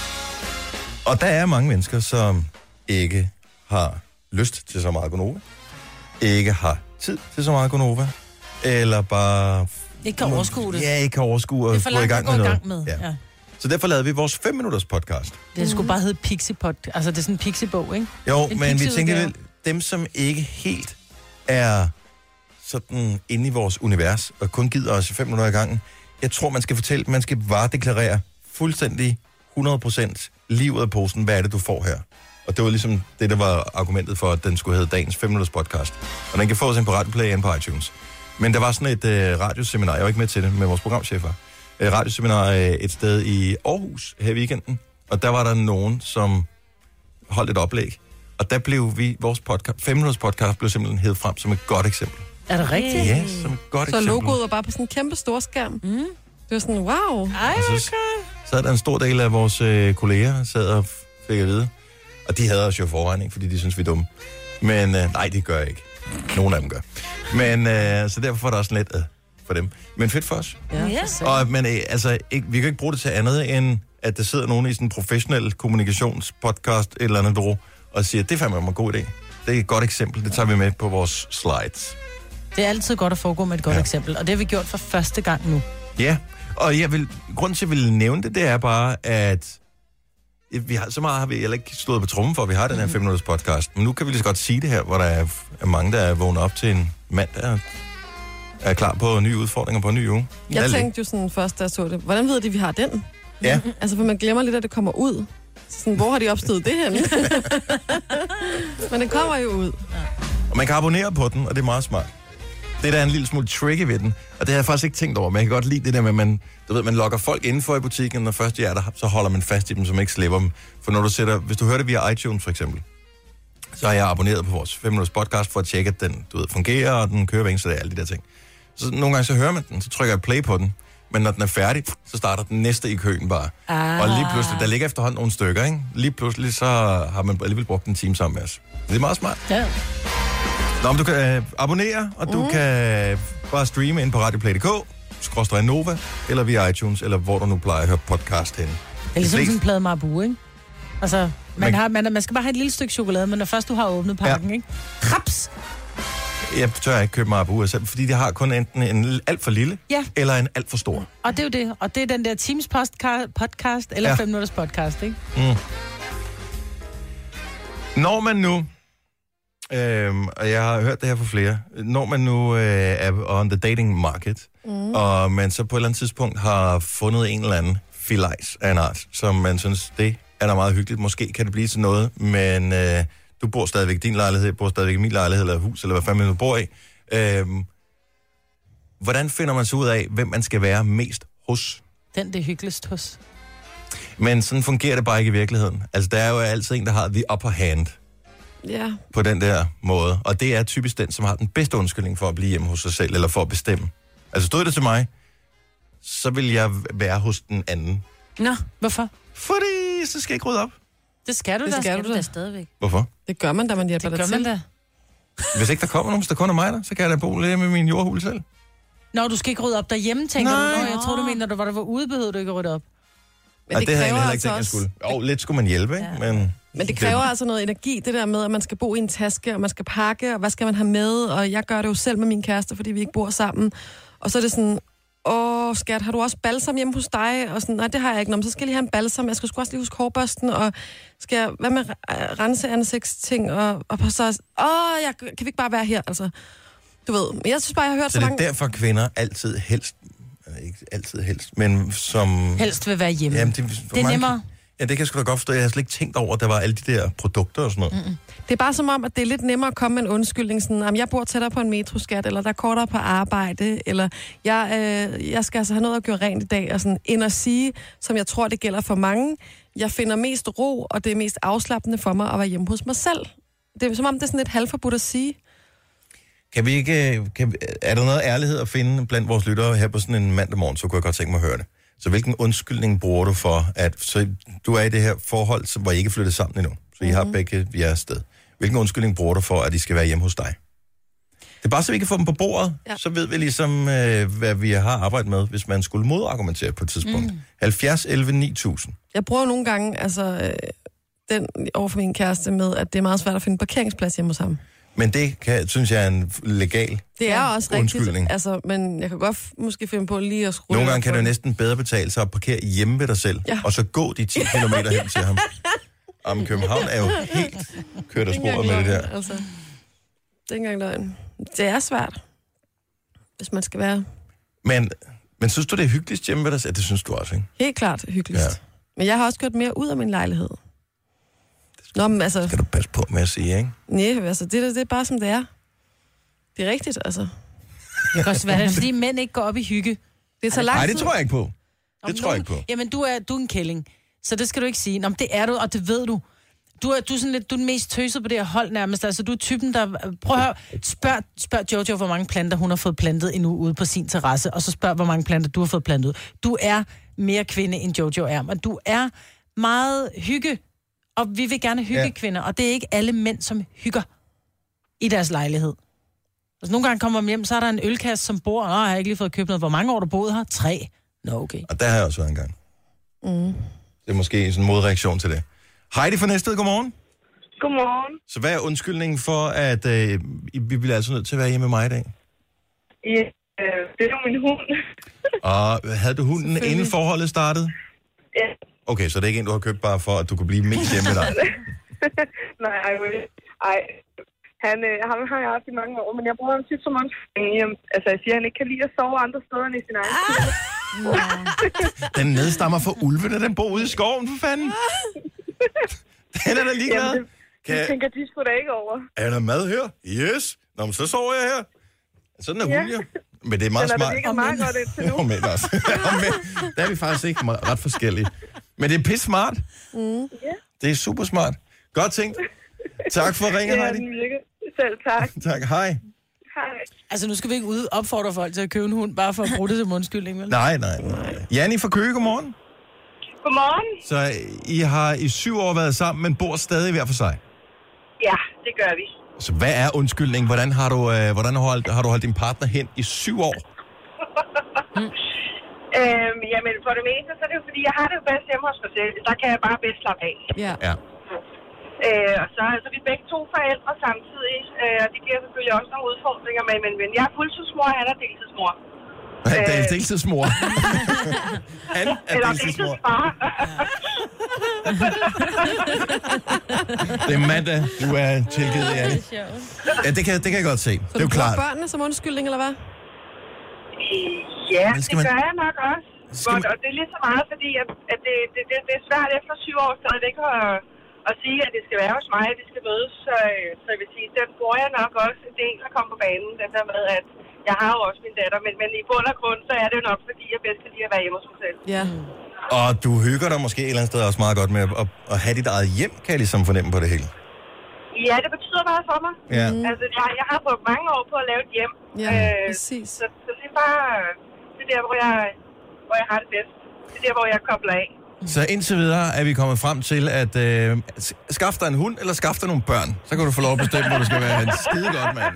Og der er mange mennesker, som ikke har lyst til så meget Gonova. Ikke har tid til så meget Gonova. Eller bare... Ikke kan overskue det. Ja, ikke kan overskue at gå i gang med noget. med. Ja. Ja. Så derfor lavede vi vores fem minutters podcast. Det skulle bare hedde Pixiepod. Altså, det er sådan en Pixie-bog, ikke? Jo, En men vi pixie-udgave. tænker vel, dem som ikke helt er sådan inde i vores univers, og kun gider os i fem minutter ad gangen, jeg tror, man skal fortælle, man skal bare deklarere fuldstændig hundrede procent lige ud af posen, hvad er det, du får her. Og det var ligesom det, der var argumentet for, at den skulle hedde dagens fem minutters podcast. Og den kan fås ind på Radioplay og på iTunes. Men der var sådan et øh, radioseminar, jeg var ikke med til det, med vores programchefer. Et radioseminar øh, et sted i Aarhus her i weekenden, og der var der nogen, som holdt et oplæg. Og der blev vi, vores podcast, fem minutters podcast, blev simpelthen hævet frem som et godt eksempel. Er det rigtigt? Ja, som et godt Så eksempel. logoet var bare på sådan en kæmpe stor skærm. Mm. Det var sådan, wow. Ej, Og så sad der en stor del af vores øh, kolleger, sad og fik at vide. Og de havde os jo forvejen, ikke, fordi de synes, vi er dumme. Men øh, nej, det gør jeg ikke. Nogle af dem gør. Men øh, så derfor var der også lidt øh, for dem. Men fedt for os. Ja. Og, men øh, altså, ikke, vi kan ikke bruge det til andet, end at der sidder nogen i sådan en professionel kommunikationspodcast, et eller andet bureau, og siger, det er fandme en god idé. Det er et godt eksempel, det tager vi med på vores slides. Det er altid godt at foregå med et godt Ja. ja. eksempel, og det har vi gjort for første gang nu. Ja, og jeg vil, grunden til, at jeg vil nævne det, det er bare, at vi har, så meget har vi heller ikke slået på trummen for, at vi har den her fem minutters podcast. Men nu kan vi lige så godt sige det her, hvor der er, er mange, der er vågnet op til en mandag og er klar på nye udfordringer på en ny uge. Jeg Alt tænkte jo sådan først, da jeg så det, hvordan ved de, vi har den? Ja. Altså, for man glemmer lidt, at det kommer ud. Sådan, hvor har de opstået det henne? Men det kommer jo ud. Og man kan abonnere på den, og det er meget smart. Det der er en lille smule tricky ved den, og det har jeg faktisk ikke tænkt over, men jeg kan godt lide det der med, at man, du ved, man lokker folk indenfor i butikken, når først de er der, så holder man fast i dem, så man ikke slipper dem. For når du sætter, hvis du hører det via iTunes for eksempel, så har jeg abonneret på vores fem minutters podcast for at tjekke, at den, du ved, fungerer, og den kører væk, så det er alle de der ting. Så nogle gange så hører man den, så trykker jeg play på den, men når den er færdig, så starter den næste i køen bare. Ah. Og lige pludselig, der ligger efterhånden nogle stykker, ikke? Lige pludselig, så har man alligevel brugt en time sammen med os. Det er meget smart. Ja. Nå, men du kan øh, abonnere, og du mm. kan bare streame ind på radioplay punktum d k, skråstreg Nova, eller via iTunes, eller hvor du nu plejer at høre podcast henne. Det er ligesom sådan en plade Marabu, ikke? Altså, man, man, har, man, man skal bare have et lille stykke chokolade, men når først du har åbnet pakken, ja. Ikke? Raps! Jeg tør ikke købe Marabu selv, fordi de har kun enten en alt for lille, ja. Eller en alt for stor. Og det er jo det. Og det er den der Teams podcast, eller ja. fem minutters podcast, ikke? Mm. Når man nu... Øhm, og jeg har hørt det her for flere. Når man nu øh, er on the dating market, mm. og man så på et eller andet tidspunkt har fundet en eller anden filajs af en art, som man synes, det er da meget hyggeligt. Måske kan det blive til noget, men øh, du bor stadigvæk i din lejlighed, bor stadigvæk i min lejlighed, eller hus, eller hvad fanden man nu bor i. Øhm, hvordan finder man så ud af, hvem man skal være mest hos? Den, det er hyggeligst hos. Men sådan fungerer det bare ikke i virkeligheden. Altså, der er jo altid en, der har the upper hand. Ja. På den der måde. Og det er typisk den, som har den bedste undskyldning for at blive hjemme hos sig selv, eller for at bestemme. Altså stod det til mig, så vil jeg være hos den anden. Nå, hvorfor? Fordi så skal jeg ikke rydde op. Det skal du det da. Skal du da stadigvæk. Hvorfor? Det gør man, da man hjælper dig til. Det gør man da. Hvis ikke der kommer nogen, hvis der kun er mig der, så kan jeg da bo lidt med min jordhul selv. Nå, du skal ikke rydde op derhjemme, tænker Nej. du? Nå, jeg tror du mener, når du var der var ude, behøvede du ikke at rydde op. Men det, det havde jeg heller ikke altså tænkt, jeg skulle. Jo, lidt skulle man hjælpe, ikke? Ja. Men... Men det kræver altså noget energi, det der med, at man skal bo i en taske, og man skal pakke, og hvad skal man have med, og jeg gør det jo selv med min kæreste, fordi vi ikke bor sammen. Og så er det sådan, åh skat, har du også balsam hjemme hos dig? Og sådan, nej, det har jeg ikke. Nå, men så skal jeg lige have en balsam, jeg skal sgu også lige huske hårbørsten, og skal jeg, hvad med rense ansigtsting, og, og så, åh, jeg, kan vi ikke bare være her, altså. Du ved, men jeg synes bare, jeg har hørt så, så mange... det er derfor, kvinder altid helst, ikke altid helst, men som... Helst vil være hjemme. Jamen, det, det er mange... nemmere. Ja, det kan jeg sgu da godt forstå. Jeg har slet ikke tænkt over, at der var alle de der produkter og sådan noget. Mm-mm. Det er bare som om, at det er lidt nemmere at komme med en undskyldning. Sådan, at jeg bor tættere på en metroskat, eller der er kortere på arbejde, eller jeg, øh, jeg skal altså have noget at gøre rent i dag, og sådan, end at sige, som jeg tror, det gælder for mange, jeg finder mest ro, og det er mest afslappende for mig at være hjemme hos mig selv. Det er som om, det er sådan lidt halvforbudt at sige. Kan vi ikke... Kan, er der noget ærlighed at finde blandt vores lyttere her på sådan en mandag morgen, så kunne jeg godt tænke mig at høre det. Så hvilken undskyldning bruger du for, at så du er i det her forhold, hvor I ikke er flyttet sammen endnu, så I har begge jeres sted. Hvilken undskyldning bruger du for, at de skal være hjemme hos dig? Det er bare, så vi kan få dem på bordet, ja. Så ved vi ligesom, øh, hvad vi har arbejdet med, hvis man skulle modargumentere på et tidspunkt. Mm. halvfjerds elleve ni tusind. Jeg bruger nogle gange, altså, øh, den over for min kæreste med, at det er meget svært at finde parkeringsplads hjemme hos ham. Men det kan, synes jeg er en legal det er også rigtigt, altså, men jeg kan godt f- måske finde på lige at skrue. Nogle gange kan det jo næsten bedre betale sig at parkere hjemme ved dig selv, ja. Og så gå de ti kilometer hen til ham. Om København er jo helt kørt af sporet med det der. Altså, det er ikke engang løgn. Det er svært, hvis man skal være... Men, men synes du, det er hyggeligst hjemme ved dig selv? Det synes du også, ikke? Helt klart hyggeligst. Ja. Men jeg har også kørt mere ud af min lejlighed. Nå, men altså... Skal du passe på med at sige, ikke? Nej, altså, det, det er bare, som det er. Det er rigtigt, altså. Det kan også være, fordi mænd ikke går op i hygge. Det er så lang Nej, tid. det tror jeg ikke på. Det tror jeg ikke på. Jamen, du er, du er en kælling, så det skal du ikke sige. Nå, men det er du, og det ved du. Du er, du er sådan lidt, du er den mest tøset på det her hold nærmest. Altså, du er typen, der... Prøv at høre, spørg, spørg Jojo, hvor mange planter hun har fået plantet endnu ude på sin terrasse, og så spørg, hvor mange planter du har fået plantet ud. Du er mere kvinde, end Jojo er, men du er meget hygge. Og vi vil gerne hygge ja. Kvinder, og det er ikke alle mænd, som hygger i deres lejlighed. Altså, nogle gange kommer man hjem, så er der en ølkasse, som bor, og jeg har ikke lige fået købt noget. Hvor mange år du boet her? Tre. Nå, okay. Og der har jeg også været en gang. Mm. Det er måske sådan en modreaktion til det. Heidi fra Næstved, godmorgen. Godmorgen. Så hvad er undskyldningen for, at øh, vi bliver altså nødt til at være hjemme med mig i dag? Ja, øh, det er jo min hund. Og havde du hunden, inden forholdet startede? Ja. Okay, så det er ikke en, du har købt bare for, at du kunne blive mest hjemme med dig? Nej, ej, ej. Han, øh, ham har jeg haft i mange år, men jeg bruger ham tit som undskyldning. Altså, jeg siger, at han ikke kan lide at sove andre steder end i sin egen ah! Den nedstammer for ulvene, den bor ude i skoven, for fanden. Den er da ligeglad. Jamen, det, kan... det tænker de sgu da ikke over. Er der mad her? Yes. Nå, men så sover jeg her. Sådan er Ja. Julia. Men det er meget Den er smart. da ikke meget godt indtil nu. Og mænd også. Og mænd. Der er vi faktisk ikke meget, ret forskellige. Men det er pisse smart. Mm. Yeah. Det er super smart. Godt tænkt. Tak for ringen, Ja, Heidi. den virker. Selv tak. Tak, hej. Hej. Altså, nu skal vi ikke ud opfordre folk til at købe en hund, bare for at bruge det som undskyldning, vel? Nej, nej, nej. Janni fra Køge, godmorgen. Godmorgen. Så I har i syv år været sammen, men bor stadig hver for sig. Ja, det gør vi. Så hvad er undskyldningen? Hvordan har du, øh, hvordan har, holdt, har du holdt din partner hen i syv år? mm. øhm, jamen, for det meste, så er det jo fordi, jeg har det jo bedst hjemme hos mig selv. Der kan jeg bare bedst slappe af. Ja. Ja. Øh, og så er altså, vi er begge to forældre samtidig, øh, og det giver selvfølgelig også nogle udfordringer med, men, men jeg er fuldtidsmor, og han er deltidsmor. Han er øh, deltidsmor. Han er Eller deltidsmor. deltidsfar. Det er mandag, du er tilgivet, Janni. Ja, det kan, det kan jeg godt se. Så det er jo du bruger klart. børnene som undskyldning, eller hvad? Ja, Men det skal man- gør jeg nok også. Skal man- Og det er lige så meget, fordi at, at det, det, det, det er svært efter syv år stadigvæk at, at sige, at det skal være hos mig, at det skal mødes. Så, så jeg vil sige, den bruger jeg nok også en del at komme på banen. Den der med, at jeg har jo også min datter, men, men i bund og grund, så er det jo nok, fordi jeg bedst kan lide at være hjemme hos mig selv. Ja. Og du hygger dig måske et eller andet sted også meget godt med at, at, at have dit eget hjem, kan jeg ligesom fornemme på det hele. Ja, det betyder meget for mig. Ja. Mm. Altså, jeg, jeg har brugt mange år på at lave et hjem. Ja, præcis. Så, så det er bare det er der, hvor jeg, hvor jeg har det bedst. Det er der, hvor jeg kobler af. Så indtil videre er vi kommet frem til, at øh, skaf dig en hund, eller skaf dig nogle børn. Så kan du få lov at bestemme, hvor du skal være. En skide godt, mand.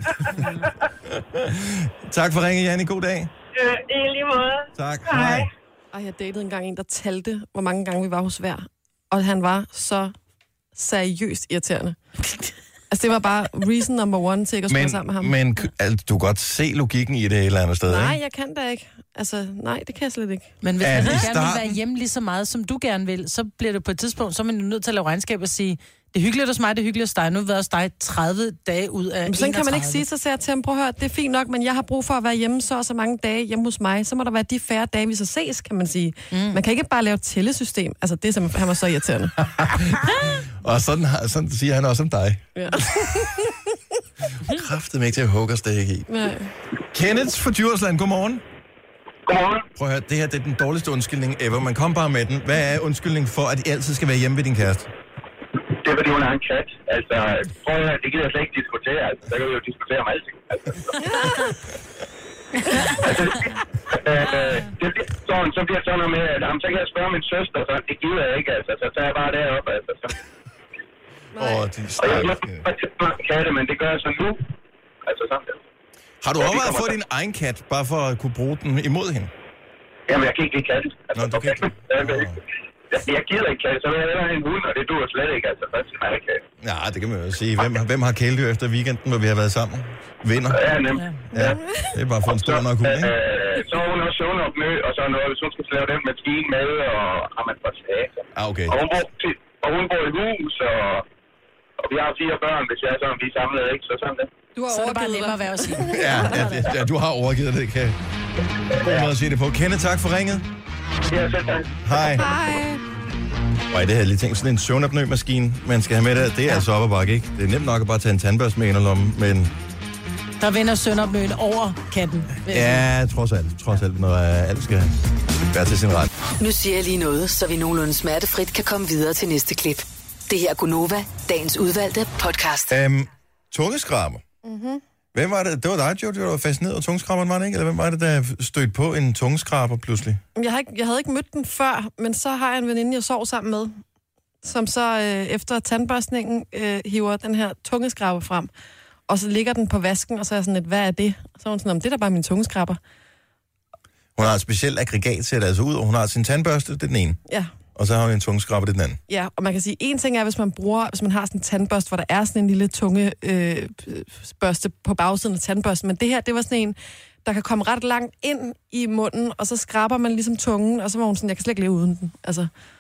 Tak for ringen, Janni. God dag. Øh, I lige måde. Tak. Hej. Hej. Og jeg datede engang en, der talte, hvor mange gange vi var hos hver. Og han var så seriøst irriterende. Altså, det var bare reason number one til ikke at skulle være sammen med ham. Men k- altså, du kan godt se logikken i det et eller andet sted, Nej, ikke? jeg kan da ikke. Altså, nej, det kan jeg slet ikke. Men hvis Er man det i gerne vil starten? være hjemme lige så meget, som du gerne vil, så bliver det på et tidspunkt, så er man jo nødt til at lave regnskab og sige, det er hyggeligt hos mig, det er hyggeligt hos dig. Nu har vi været hos dig tredive dage ud af Men sådan kan man ikke enogtredive. sige, så siger jeg til ham, prøv at høre, det er fint nok, men jeg har brug for at være hjemme så og så mange dage hjemme hos mig. Så må der være de færre dage, vi så ses, kan man sige. Mm. Man kan ikke bare lave et tællesystem. Altså, det er simpelthen, han var så irriterende. Og sådan, har- sådan siger han også om dig. Ja. Kræftede mig ikke til at hugge og stikke i. Nej. Kenneth fra Djursland, godmorgen. Godmorgen. Prøv at høre, det her det er den dårligste undskyldning ever. Man kom bare med den. Hvad er undskyldningen for, at I altid skal være hjemme ved din kæreste? Det er, fordi hun har en kat. Altså, prøv at høre, det gider jeg slet ikke diskutere. Altså, der kan vi jo diskutere om alting. Altså, altså øh, det bliver sådan, så bliver sådan noget med, at jamen, så kan jeg spørge min søster, så det gider jeg ikke, altså. Så tager jeg bare derop, altså. Så. Åh, oh, de Og jeg bliver stakkels. bare til mange katte, men det gør jeg så nu. Altså sådan der. Har du Ja, det overvejet at få kommer din egen kat, bare for at kunne bruge den imod hende? Jamen, jeg kan ikke lide katte. Altså, Nå, du kan ikke lide- jeg, vil ikke. jeg, jeg gider ikke katte, så vil jeg hellere have en hund, og det duer slet ikke, altså. Først til mig katte. Ja, det kan man jo sige. Hvem, hvem har kæledyr efter weekenden, hvor vi har været sammen? Vinder. Ja, nemt. Ja, det er bare for en stor nok hund, ikke? Øh, så er hun også søvnopnø, og så noget, hvis hun skal lave den maskine med, og har man for tilbage. Ah, okay. Og hun bor, til, og hun bor i hus, og, og vi har fire børn, hvis jeg er sådan, vi er samlet, ikke? Så sådan det. Du har Så er det bare overgivet nemmere at dig. være at sige. Ja, ja, ja, ja, du har overgivet det, kan god måde at sige det på. Kenneth, tak for ringet. Ja, selv tak. Hej. Hej. Og det her lige tænkt, sådan en søvnapnø-maskine, man skal have med det, det er altså op ad bakke, ikke? Det er nemt nok at bare tage en tandbørste med ind og lomme, men Der vinder sønopnøen over katten. ja, trods alt, trods alt, når øh, alt skal være til sin ret. Nu siger jeg lige noget, så vi nogenlunde smertefrit kan komme videre til næste klip. Det her er Gunova, dagens udvalgte podcast. Øhm, tungeskraber. Mm-hmm. Hvem var det? Det var dig, Jojo, der var fascineret af tungeskraberen, var det ikke? Eller hvem var det, der stødte på en tungeskraber pludselig? Jeg, har ikke, jeg havde ikke mødt den før, men så har jeg en veninde, jeg sov sammen med, som så øh, efter tandbørstningen øh, hiver den her tungeskraber frem, og så ligger den på vasken, og så er jeg sådan lidt, hvad er det? Så er hun sådan, det er da bare min tungeskraber. Hun har et specielt aggregat til at lade sig ud, og hun har sin tandbørste, det er den ene. Ja. Og så har hun en tungeskraber, det er den anden. Ja, og man kan sige, en ting er, hvis man bruger, hvis man har sådan en tandbørste, hvor der er sådan en lille tunge øh, børste på bagsiden af tandbørsten, men det her, det var sådan en, der kan komme ret langt ind i munden, og så skraber man ligesom tungen, og så var hun sådan, jeg kan slet ikke leve uden den. Altså,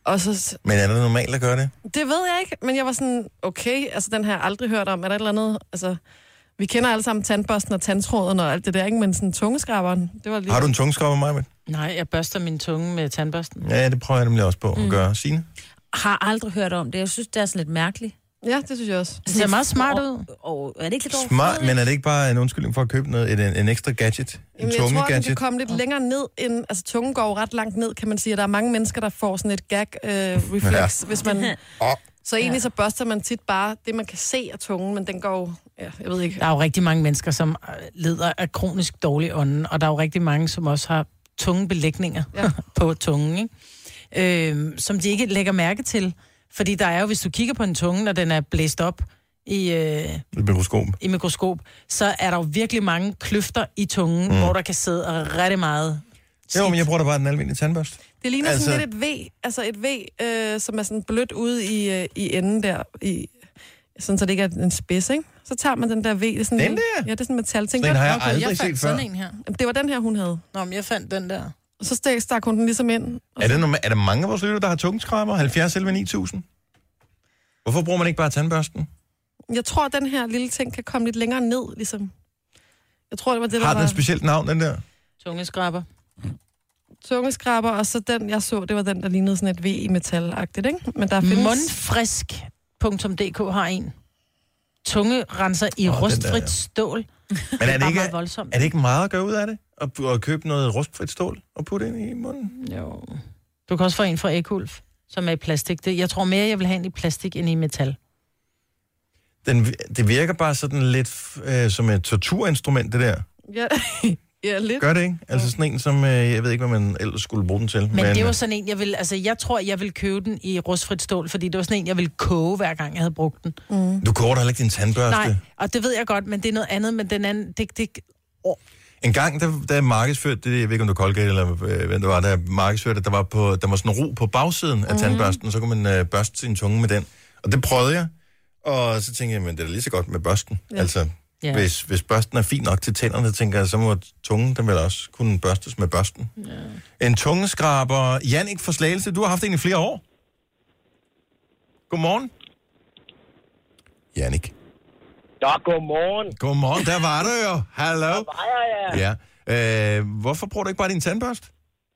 Og så, Men er det normalt at gøre det? det ved jeg ikke, men jeg var sådan, okay, altså den har jeg aldrig hørt om. Er der et eller andet, altså... Vi kender alle sammen tandbørsten og tandtråden og alt det der, ikke? Men sådan tungeskraberen, det var lige... Har du en tungeskraber, Maja? Nej, jeg børster min tunge med tandbørsten. Ja, det prøver jeg nemlig også på mm. at gøre. Signe? Har aldrig hørt om det. Jeg synes, det er sådan lidt mærkeligt. Ja, det synes jeg også. Det ser meget smart ud. Og, og er det ikke lidt Smart, men er det ikke bare en undskyldning for at købe noget, en, en ekstra gadget? En Jamen, jeg tror, den tunge-gadget? kan komme lidt længere ned end... Altså, tungen går ret langt ned, kan man sige. Og der er mange mennesker, der får sådan et gag-reflex, øh, ja. hvis man... Så egentlig så børster man tit bare det, man kan se af tungen, men den går... Ja, jeg ved ikke. Der er jo rigtig mange mennesker, som lider af kronisk dårlig ånden, og der er jo rigtig mange, som også har tunge belægninger ja. på tungen, ikke? Øh, som de ikke lægger mærke til. Fordi der er jo, hvis du kigger på en tunge, når den er blæst op i, øh, I mikroskop. i mikroskop, så er der jo virkelig mange kløfter i tungen, mm. hvor der kan sidde rigtig meget skidt. Jo, men jeg bruger da bare den almindelige tandbørste. Det ligner altså... sådan lidt et V, altså et V, øh, som er sådan blødt ude i, øh, i enden der, i, sådan så det ikke er en spids, ikke? Så tager man den der V. Det er sådan den en, der? Ja, det er sådan en metal. Den har jeg okay, aldrig jeg set før. Sådan en her. Det var den her, hun havde. Nå, men jeg fandt den der. Og så stak, stak hun den ligesom ind. Er, det norma- er der mange af vores lytter, der har tungeskraber? halvfjerds elleve ni tusind? Hvorfor bruger man ikke bare tandbørsten? Jeg tror, at den her lille ting kan komme lidt længere ned, ligesom. Jeg tror, det var det, der har den var... et specielt navn, den der? Tungeskraber. Tungeskraber, og så den, jeg så, det var den, der lignede sådan et V i metalagtigt, ikke? Men der findes... Mundfrisk punktum d k har en. Tungerenser i Åh, rustfrit ja. stål. Men er det, bare ikke, meget voldsomt. er det ikke meget at gøre ud af det? At, at købe noget rustfrit stål og putte ind i munden? Jo. Du kan også få en fra Ekulf, som er i plastik. Det, jeg tror mere, jeg vil have en i plastik end i metal. Den, det virker bare sådan lidt øh, som et torturinstrument, det der. Ja, ja lidt. Gør det ikke? Altså sådan en, som øh, jeg ved ikke, hvad man ellers skulle bruge den til. Men, men det var sådan en, jeg vil, altså jeg tror, jeg vil købe den i rustfrit stål, fordi det var sådan en, jeg ville koge, hver gang jeg havde brugt den. Mm. Du koger da heller ikke din tandbørste. Nej, og det ved jeg godt, men det er noget andet, men den anden, det... det oh. En gang, der, der markedsførte, det, jeg ved ikke, om det var Colgate, eller øh, hvem det var, der markedsførte, der var, på, der var sådan en ro på bagsiden af mm. tandbørsten, og så kunne man øh, børste sin tunge med den. Og det prøvede jeg, og så tænkte jeg, men det er lige så godt med børsten. Ja. Altså, ja. hvis, hvis børsten er fin nok til tænderne, tænker jeg, så må tungen den vel også kunne børstes med børsten. Ja. En tungeskraber. Jannik fra Slagelse, du har haft en i flere år. Godmorgen. Jannik. Ja, godmorgen. Godmorgen, der var du jo. Hallo. Der var jeg, ja. Ja. Øh, hvorfor bruger du ikke bare din tandbørste?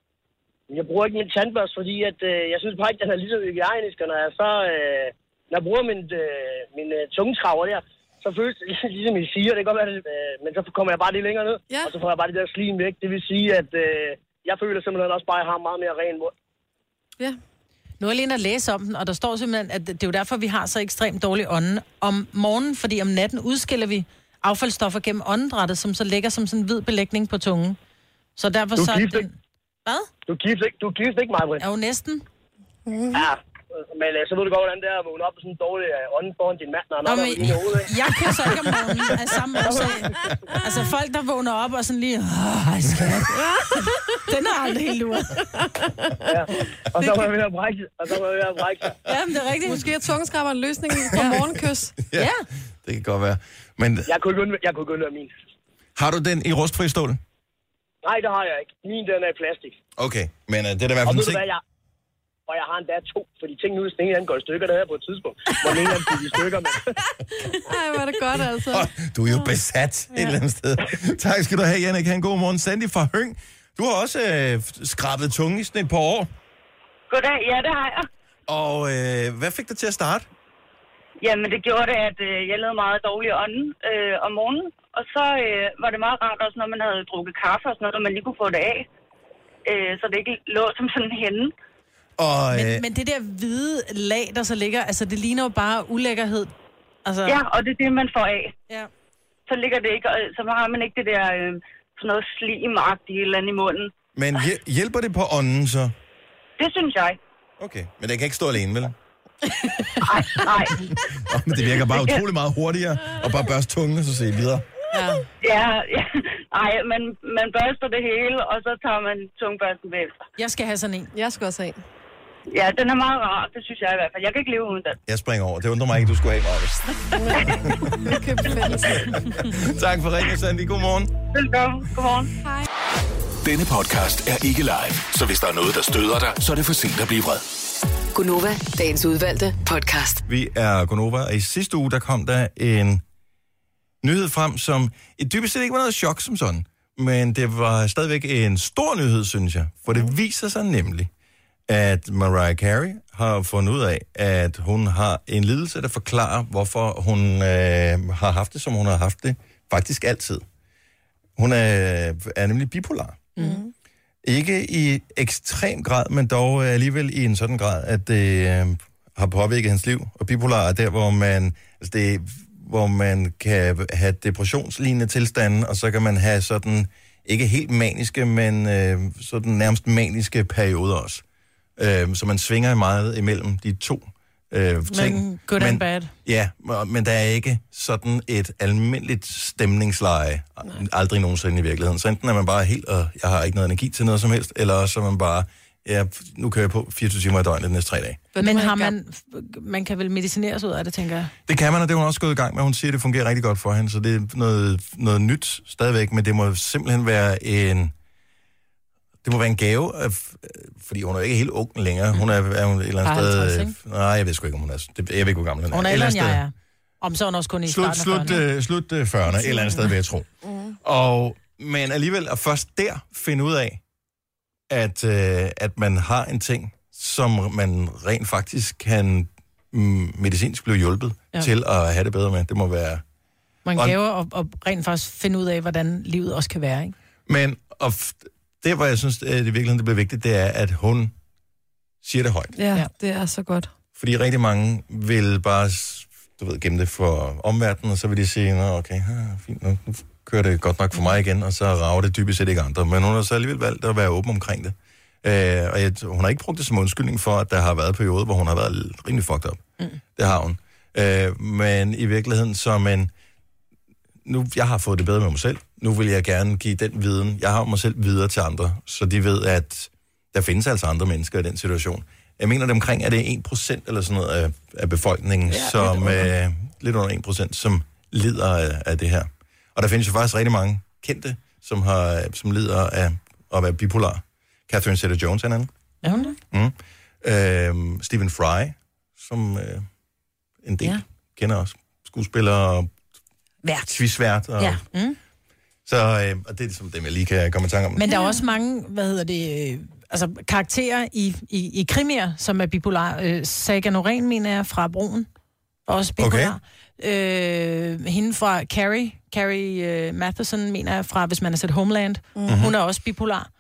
Jeg bruger ikke min tandbørste, fordi at, øh, jeg synes bare ikke, den er lige så hygiejnisk, og når jeg så øh, når jeg bruger min, øh, min øh, tungeskraver der, så føles det ligesom I siger, det kan godt være det, øh, men så kommer jeg bare lidt længere ned, ja. Og så får jeg bare det der slim væk. Det vil sige, at øh, jeg føler simpelthen også bare, at jeg har meget mere ren mund. Ja. Nu er jeg lige at læse om den, og der står simpelthen, at det er jo derfor, vi har så ekstremt dårlig ånden om morgenen, fordi om natten udskiller vi affaldsstoffer gennem åndedrættet, som så ligger som sådan en hvid belægning på tungen. Så derfor du så... Den... Ikke. Hvad? Du gift ikke, du gift ikke mig, Britt. Er jo næsten. Mm-hmm. Ja, men så ved du godt, hvordan det er at vågne op med sådan en dårlig ånden foran din mand, når han Nå, er men, i hovedet, ikke? jeg kysser ikke om morgenen af samme årsag. Altså folk, der vågner op og sådan lige... Åh, skat. Den er aldrig helt luret. Ja, og så var jeg ved at brække og så var jeg ved at brække Ja, men det er rigtigt. Måske er tungeskraber en løsning på morgenkys. Ja, ja, det kan godt være. Men... Jeg kunne ikke jeg kunne ikke undvære min. Har du den i rustfri stål? Nej, det har jeg ikke. Min, den er i plastik. Okay, men uh, det er da i hvert fald en ting... Jeg... Og jeg har endda to, fordi ting nu, hvis den ene anden går i stykker, det her på et tidspunkt, hvor den ene anden går i stykker, men... Ej, hvor er det godt, altså. Oh, du er jo besat ja. Et eller andet sted. Tak skal du have, Jannik. Ha' en god morgen. Sandy fra Høng. Du har også øh, skrabet tunge i sådan et par år. Goddag, ja, det har jeg. Og øh, hvad fik dig til at starte? Jamen, det gjorde det, at øh, jeg lavede meget dårlig ånden øh, om morgenen. Og så øh, var det meget rart også, når man havde drukket kaffe og sådan noget, at man lige kunne få det af. Øh, så det ikke lå som sådan henne. Og, øh... men, men det der hvide lag, der så ligger, altså det ligner jo bare ulækkerhed. Altså... Ja, og det er det, man får af. Ja. Så ligger det ikke, så har man ikke det der øh, sådan noget slimagtigt eller andet i munden. Men hjælper det på ånden så? Det synes jeg. Okay, men det kan ikke stå alene, vel? Nej, nej. Oh, men det virker bare utrolig meget hurtigere at bare børste tungen, så se videre. Ja, ja, ja. Ej, men man børster det hele, og så tager man tungebørsten bagefter. Jeg skal have sådan en. Jeg skal også have en. Ja, den er meget rar, det synes jeg i hvert fald. Jeg kan ikke leve uden den. Jeg springer over. Det undrer mig ikke, du skulle have, Marcus. Tak for ringen, Sandy. Godmorgen. Velkommen. Godmorgen. Hej. Denne podcast er ikke live, så hvis der er noget, der støder dig, så er det for sent at blive vred. Gunova, dagens udvalgte podcast. Vi er Gunova, og i sidste uge, der kom der en nyhed frem, som et dybest set ikke var noget chok som sådan, men det var stadigvæk en stor nyhed, synes jeg. For det viser sig nemlig, at Mariah Carey har fundet ud af, at hun har en lidelse, der forklarer, hvorfor hun øh, har haft det, som hun har haft det, faktisk altid. Hun er, er nemlig bipolar. Mm. Ikke i ekstrem grad, men dog alligevel i en sådan grad, at det øh, har påvirket hans liv. Og bipolar er der, hvor man, altså det, hvor man kan have depressionslignende tilstande, og så kan man have sådan, ikke helt maniske, men øh, sådan nærmest maniske perioder også. Øh, så man svinger meget imellem de to øh, ting. Men good and bad. Ja, men der er ikke sådan et almindeligt stemningsleje. Nej. Aldrig nogensinde i virkeligheden. Så enten er man bare helt, og jeg har ikke noget energi til noget som helst, eller også er man bare, ja, nu kører jeg på fireogtyve timer i døgnet de næste tre dage. Men har man, man kan vel medicineres ud af det, tænker jeg? Det kan man, og det er hun også gået i gang med. Hun siger, at det fungerer rigtig godt for hende, så det er noget, noget nyt stadigvæk, men det må simpelthen være en... Det må være en gave, fordi hun er ikke helt ung længere. Hun er, er hun et eller andet sted... halvtreds, nej, jeg ved sgu ikke, om hun er... Jeg ved ikke, hvor gammel hun er. Hun er ældre, end jeg er. Om så er hun også kun i slut, starten af fyrrerne. Slut, slut fyrrerne, et eller andet sted, vil jeg tro. Mm. Og, men alligevel at først der finde ud af, at, øh, at man har en ting, som man rent faktisk kan mm, medicinsk blive hjulpet ja. til at have det bedre med. Det må være... Man gaver og, og rent faktisk finde ud af, hvordan livet også kan være, ikke? Men... Og det, hvor jeg synes, det i virkeligheden det bliver vigtigt, det er, at hun siger det højt. Ja, det er så godt. Fordi rigtig mange vil bare, du ved, gemme det for omverdenen, og så vil de sige, nå, okay, ah, fint, nu kører det godt nok for mig igen, og så rager det dybest set ikke andre. Men hun har så alligevel valgt at være åben omkring det. Øh, og jeg, hun har ikke brugt det som undskyldning for, at der har været perioder, hvor hun har været rimelig fucked up. Mm. Det har hun. Øh, men i virkeligheden som en... Nu, jeg har fået det bedre med mig selv. Nu vil jeg gerne give den viden, jeg har mig selv videre til andre, så de ved, at der findes altså andre mennesker i den situation. Jeg mener det omkring, at det er en procent eller sådan noget af, af befolkningen, ja, som lidt under. Øh, lidt under en procent, som lider af, af det her. Og der findes jo faktisk rigtig mange kendte, som, har, som lider af at være bipolar. Catherine Zeta-Jones er en anden. Er hun det? Mm. Øhm, Stephen Fry, som øh, en del ja. kender også. Skuespillere Vært. Tvisvært. Og, ja. Mm. Så øh, og det er ligesom dem, jeg lige kan komme i tanke om. Men der er også mange, hvad hedder det, øh, altså karakterer i, i, i krimier, som er bipolar. Øh, Saga Norén, mener jeg, fra Broen. Også bipolar. Okay. Øh, hende fra Carrie, Carrie uh, Matheson, mener jeg, fra, hvis man har set Homeland. Mm-hmm. Hun er også bipolar.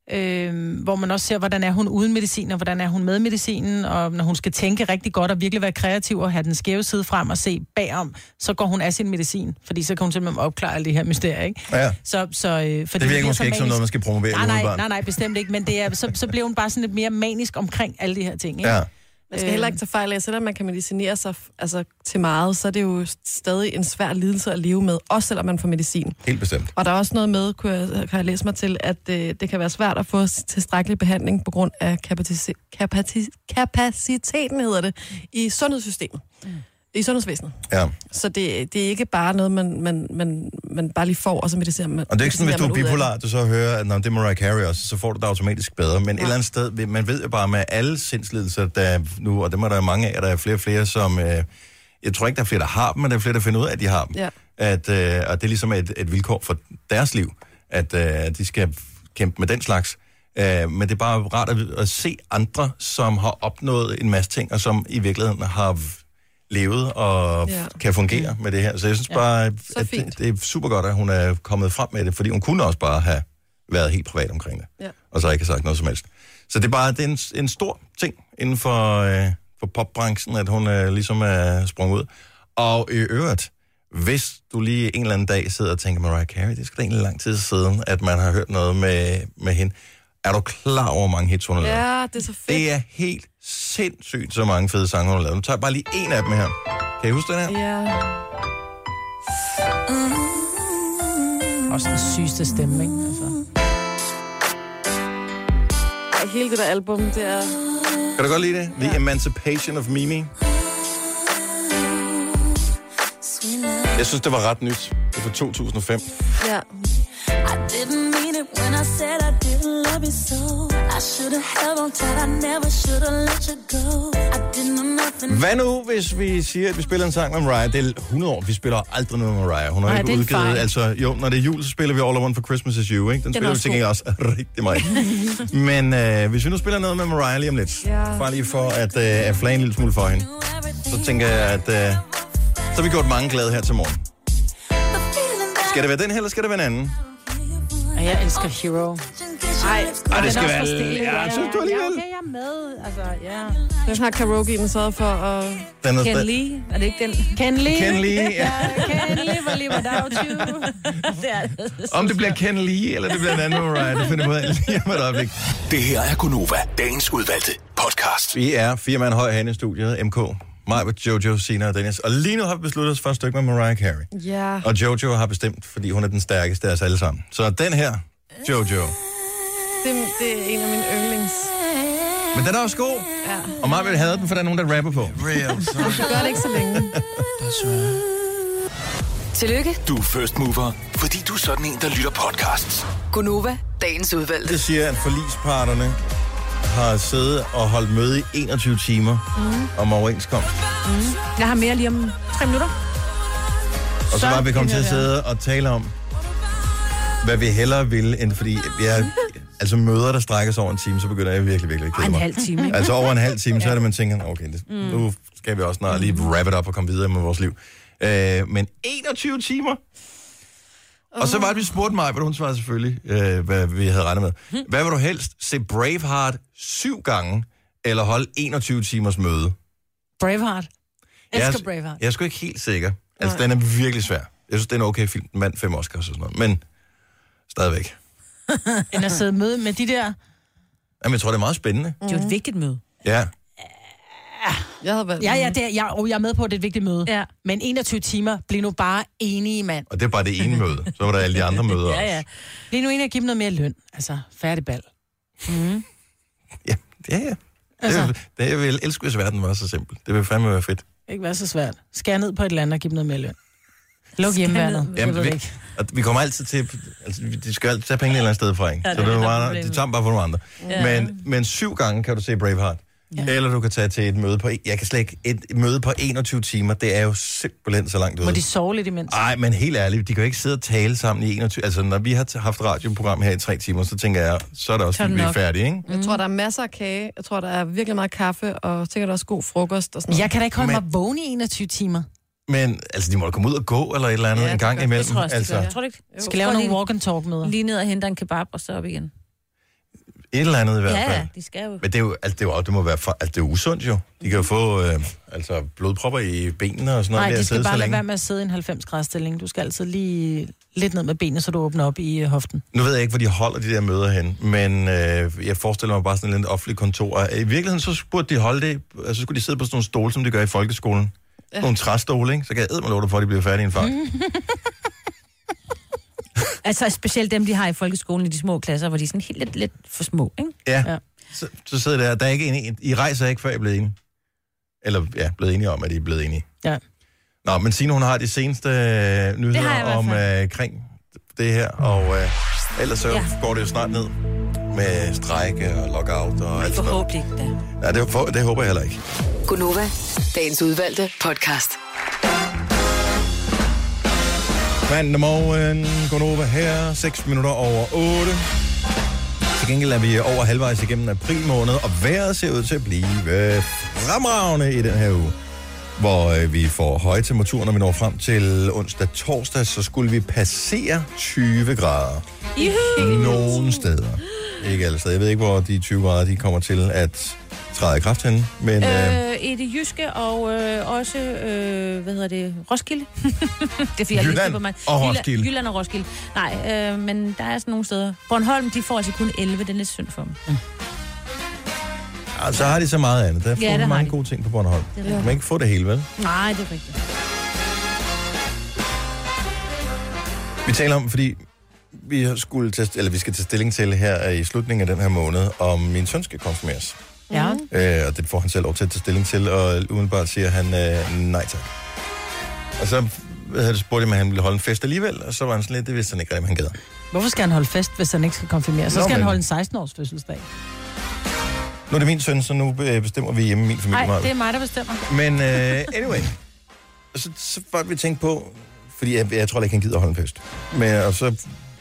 Øh, hvor man også ser, hvordan er hun uden medicin, og hvordan er hun med medicinen, og når hun skal tænke rigtig godt og virkelig være kreativ og have den skæve side frem og se bagom, så går hun af sin medicin, fordi så kan hun simpelthen opklare alle de her mysterier, ikke? Ja. Så, så, øh, fordi det virker måske ikke som noget, man skal promovere. Nej, nej, nej, nej, bestemt ikke, men det er, så, så bliver hun bare sådan lidt mere manisk omkring alle de her ting, ikke? Ja. Man skal heller ikke tage fejl af, selvom man kan medicinere sig altså, til meget, så er det jo stadig en svær lidelse at leve med, også selvom man får medicin. Helt bestemt. Og der er også noget med, kunne jeg, kan jeg læse mig til, at øh, det kan være svært at få tilstrækkelig behandling på grund af kapaci- kapaci- kapaciteten, hedder det, i sundhedssystemet. Mm. I sundhedsvæsenet. Ja. Så det, det er ikke bare noget, man, man, man, man bare lige får, og så medicinerer man. Og det er ikke sådan, hvis du er bipolar, du så hører, at når det er Mariah Carey også, så får du det automatisk bedre. Men ja. et eller andet sted, man ved jo bare med alle sindslidelser, der nu, og dem er der mange af, der er flere og flere, som, øh, jeg tror ikke, der er flere, der har dem, men der er flere, der finder ud af, at de har dem. Ja. At, øh, og det er ligesom et, et vilkår for deres liv, at øh, de skal kæmpe med den slags. Øh, men det er bare rart at, at se andre, som har opnået en masse ting, og som i virkeligheden har levet og ja. kan fungere med det her. Så jeg synes ja. bare, at det, det er super godt, at hun er kommet frem med det, fordi hun kunne også bare have været helt privat omkring det. Ja. Og så ikke have sagt noget som helst. Så det er bare det er en, en stor ting inden for, øh, for popbranchen, at hun øh, ligesom er sprunget ud. Og i øvrigt, hvis du lige en eller anden dag sidder og tænker, Mariah Carey, det er sgu da egentlig lang tid siden, at man har hørt noget med, med hende. Er du klar over, hvor mange hits hun har lavet? Ja, det er så fedt. Det er helt sindssygt, så mange fede sange, hun har lavet. Nu tager jeg bare lige en af dem her. Kan I huske den her? Ja. Mm. Også den sygeste stemme, ikke? Altså. Ej, hele det der album, det er... Kan du godt lide det? The Emancipation of Mimi. Jeg synes, det var ret nyt. Det var to tusind og fem. Ja. when I said I didn't love you so. I should have held on tight, I never should have let you go. I didn't know nothing. Hvad nu, hvis vi siger, at vi spiller en sang med Mariah? Det er hundrede år, vi spiller aldrig noget med Mariah. Hun har Nej, ikke det er udgivet, fejl. altså jo, når det er jul, så spiller vi All I Want for Christmas Is You, ikke? Den, Den spiller vi sikkert også rigtig meget. Men øh, hvis vi nu spiller noget med Mariah lige om lidt, ja. bare lige for at øh, flage en lille smule for hende, så tænker jeg, at øh, så har vi gjort mange glade her til morgen. Skal det være den her, eller skal det være en anden? Og jeg elsker Hero. Ej, og det skal være... Ja, jeg synes du alligevel. Ja, okay, jeg er med. Altså, ja. Den har karaoke'en sørget for at... Den er Ken sta- Lee, er det ikke den? Ken Lee. Ken Lee, ja. Ja, Ken Lee, hvor lige without you. Det er det. Om det bliver Ken Lee, eller det bliver en anden Mariah, det finder jeg på lige om et øjeblik. Det her er Gunova, dagens udvalgte podcast. Vi er fire mand høj herinde i studiet, M K. Mig, Jojo, Sina og Dennis. Og lige nu har vi besluttet os for et stykke med Mariah Carey. Ja. Og Jojo har bestemt, fordi hun er den stærkeste af os alle sammen. Så den her, Jojo. Det, det er en af mine yndlings. Men den er også god. Ja. Og mig vil have den, for der er nogen, der rapper på. Det gør det ikke så længe. Tillykke, Du er first mover, fordi du er sådan en, der lytter podcasts. Gunova, dagens udvalgte. Det siger, at forligsparterne har siddet og holdt møde i enogtyve timer mm. om overenskomst. Mm. Jeg har mere lige om tre minutter. Og så var vi kommet til at sidde og tale om, hvad vi hellere ville, end fordi jeg, altså møder, der strækker sig over en time, så begynder jeg virkelig, virkelig at kede En mig. halv time, ikke? Altså over en halv time, så er det, man tænker, okay, det, mm. nu skal vi også snart lige wrap it up og komme videre med vores liv. Øh, men enogtyve timer? Og så var det, vi spurgte mig, hvad hun svarede selvfølgelig, øh, hvad vi havde regnet med. Hvad vil du helst? Se Braveheart syv gange, eller holde enogtyve timers møde? Braveheart. Jeg Elsker er, Braveheart. jeg er sgu ikke helt sikker. Altså, Nej. Den er virkelig svær. Jeg synes, det er en okay film. Den vandt fem Oscars og sådan noget. Men stadigvæk. End at sidde møde med de der... Jamen, jeg tror, det er meget spændende. Det er jo et vigtigt møde. Ja. Jeg havde valgt Ja, ja, det er, jeg, og jeg er med på, at det er et vigtigt møde. Ja. Men enogtyve timer, bliv nu bare enige, mand. Og det er bare det ene møde. Så var der alle de andre møder også. Ja, ja. Bliv nu enige at give dem noget mere løn. Altså, færdig bal. Mm. Ja, ja, ja. Altså. Det, det, jeg vil elske, hvis verden var så simpel. Det vil fandme være fedt. Ikke være så svært. Skær ned på et eller andet og give dem noget mere løn. Luk hjemmeværnet. Jamen, vi, og vi kommer altid til... Altså, de skal altid tage pengene et eller andet sted fra, ikke? Ja, så det det er er der bare, problemet. de tager dem bare for nogle andre. Ja. Men, men syv gange kan du se Braveheart. Ja. Eller du kan tage til et møde på... Jeg kan slet ikke... Et møde på enogtyve timer, det er jo simpelthen så langt ude. Må de sove lidt imens? Ej, men helt ærligt, de kan jo ikke sidde og tale sammen i enogtyve... Altså, når vi har haft radioprogram her i tre timer, så tænker jeg, så er det også, at vi er færdige, ikke? Jeg tror, der er masser af kage. Jeg tror, der er virkelig meget kaffe, og sikkert også god frokost og sådan noget. Jeg kan da ikke holde Men- mig vågen i enogtyve timer. Men altså, de må da komme ud og gå, eller et eller andet, Ja, en det gang gør- imellem. Det tror jeg også, altså, det gør. Jeg tror det ikke. Jeg skal lave nogle walk and talk møder. Lige ned og hente en kebab, og så op igen. et eller andet i hvert Ja, fald. ja, de skal jo. Men det er jo, altså, det, er jo, det må være for, altså, det er jo usundt jo. De kan jo få øh, altså, blodpropper i benene og sådan noget. Nej, ved de at skal sidde så bare lade længe. være med at sidde i en halvfems graders stilling. Du skal altid lige lidt ned med benene, så du åbner op i øh, hoften. Nu ved jeg ikke, hvor de holder de der møder hen, men øh, jeg forestiller mig bare sådan et lidt offentligt kontor. I virkeligheden så burde de holde det, altså skulle de sidde på sådan nogle stole, som de gør i folkeskolen. Ja. Nogle træstole, ikke? Så kan jeg æde mig lov for, at de bliver færdige i en fart. Altså specielt dem, de har i folkeskolen i de små klasser, hvor de er sådan helt lidt, lidt for små, ikke? Ja, Ja. så, så sidder der, der er ikke en, I rejser ikke, før I er blevet enige. Eller ja, blevet enige om, at I er blevet enige. Ja. Nå, men Signe, hun har de seneste øh, nyheder har jeg i hvert om fald. øh, kring det her, og øh, ellers så Ja. går det jo snart ned med strejke og lockout og alt sådan noget. Forhåbentlig da. Ja, det, for, det håber jeg heller ikke. Gunova, dagens udvalgte podcast. Mandag morgen, Gunova her, seks minutter over otte. Til gengæld er vi over halvvejs igennem april måned, og vejret ser ud til at blive fremragende i den her uge. Hvor øh, vi får høje temperaturer, når vi når frem til onsdag torsdag, så skulle vi passere tyve grader. Juhu! Nogle steder. Ikke alle steder. Jeg ved ikke, hvor de tyve grader de kommer til at træde i kraft henne, men... Øh, Øh, i det jyske og øh, også, øh, hvad hedder det, Roskilde? det er fordi, jeg Jylland på mig. og Jylland- Roskilde. Jylland og Roskilde. Nej, øh, men der er sådan nogle steder. Bornholm, de får altså kun elleve, det er lidt synd for dem. Mm. ja, så har de så meget andet. Der er Ja, det har mange de. gode ting på Bornholm. Det er Man rigtigt. kan ikke få det hele, vel? Nej, det er rigtigt. Vi taler om, fordi vi, skulle tage, eller vi skal tage stilling til her i slutningen af den her måned, om min søn skal konfirmeres. Ja. Øh, og det får han selv lov til at tage stilling til, og umiddelbart siger han øh, nej tak. Og så hvad havde det, spurgte jeg, om han ville holde en fest alligevel, og så var han sådan lidt, det vidste han ikke, at han gad. Hvorfor skal han holde fest, hvis han ikke skal konfirmere? Så Nå, skal men... han holde en seksten-års fødselsdag. Nu er det min søn, så nu bestemmer vi hjemme i min familie. Nej, det er mig, der bestemmer. Men uh, anyway, så, så var vi tænkt på, fordi jeg, jeg tror ikke, han gider at holde en fest. Men, og så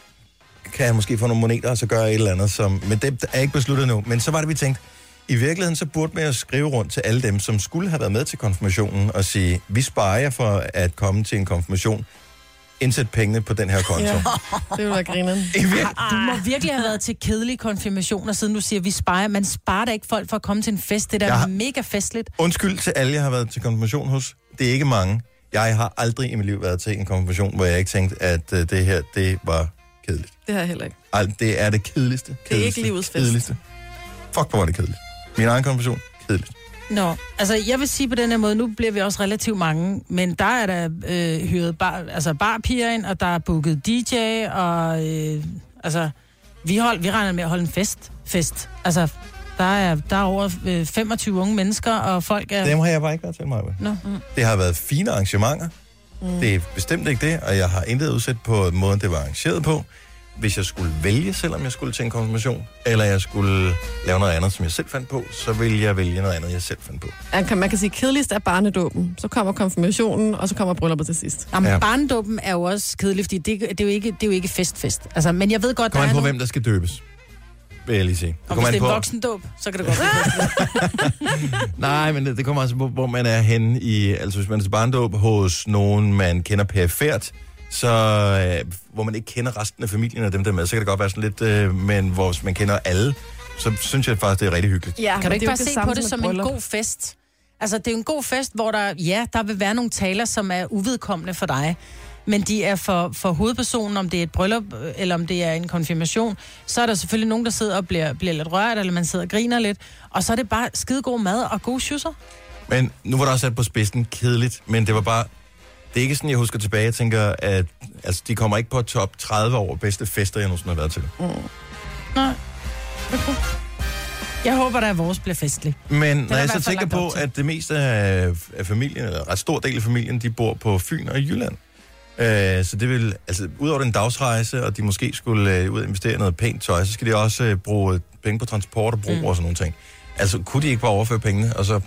kan han måske få nogle moneter, og så gøre et eller andet, som, men det er ikke besluttet nu. Men så var det, vi tænkte, i virkeligheden så burde man jo skrive rundt til alle dem, som skulle have været med til konfirmationen, og sige, vi sparer jer for at komme til en konfirmation. Indsæt pengene på den her konto. Ja, det vil være grineren. Du må virkelig have været til kedelige konfirmationer, siden du siger, vi sparer. Man sparer da ikke folk for at komme til en fest. Det er da har... mega festligt. Undskyld til alle, jeg har været til konfirmation hos. Det er ikke mange. Jeg har aldrig i mit liv været til en konfirmation, hvor jeg ikke tænkte, at uh, det her, det var kedeligt. Det har jeg heller ikke. Ej, det er det kedeligste. kedeligste det er ikke livets fest. Kedeligste. Fuck, hvor var det kedeligt. Min egen konfirmation, kedeligt. Nå, altså jeg vil sige på den her måde, nu bliver vi også relativt mange, men der er der øh, hyret bar, altså barpiger ind, og der er booket D J, og øh, altså, vi, hold, vi regner med at holde en fest. fest. Altså, der er, der er over øh, femogtyve unge mennesker, og folk er... Dem har jeg bare ikke været til mig. Nå. Mm. Det har været fine arrangementer. Mm. Det er bestemt ikke det, og jeg har intet udsat på måden, det var arrangeret på. Hvis jeg skulle vælge, selvom jeg skulle til en konfirmation, eller jeg skulle lave noget andet, som jeg selv fandt på, så ville jeg vælge noget andet, jeg selv fandt på. Man kan, man kan sige, kedeligst er barnedåben, så kommer konfirmationen, og så kommer brylluppet til sidst. Jamen, ja. Barnedåben er jo også kedelig, fordi det, det, er jo ikke, det er jo ikke fest-fest. Altså, men jeg ved godt, Kom der an er på, nogle... hvem der skal døbes, vil jeg lige sige. Det og hvis det er på... en voksendåb, så kan det godt være. Nej, men det, det kommer altså på, hvor man er henne i... Altså, hvis man er til barndåb hos nogen, man kender perifært, så øh, hvor man ikke kender resten af familien og dem der med, så kan det godt være sådan lidt, øh, men hvor man kender alle, så synes jeg faktisk, det er rigtig hyggeligt. Ja, kan du ikke bare se på det som en god fest? Altså, det er jo en god fest, hvor der, ja, der vil være nogle taler, som er uvedkommende for dig, men de er for, for hovedpersonen, om det er et bryllup, eller om det er en konfirmation, så er der selvfølgelig nogen, der sidder og bliver, bliver lidt rørt, eller man sidder og griner lidt, og så er det bare skide god mad og gode schusser. Men nu var der også sat på spidsen kedeligt, men det var bare... Det er ikke sådan, jeg husker tilbage. Jeg tænker, at altså, de kommer ikke på top tredive over bedste fester, jeg nogensinde har været til. Mm. Nej. Okay. Jeg håber, der er vores bliver festlig. Men når jeg så tænker på, at det meste af, af familien, eller en ret stor del af familien, de bor på Fyn og i Jylland. Øh, så det vil, altså udover den dagsrejse, og de måske skulle øh, ud og investere i noget pænt tøj, så skal de også øh, bruge penge på transport og brug mm. og sådan nogle ting. Altså, kunne de ikke bare overføre pengene, og så...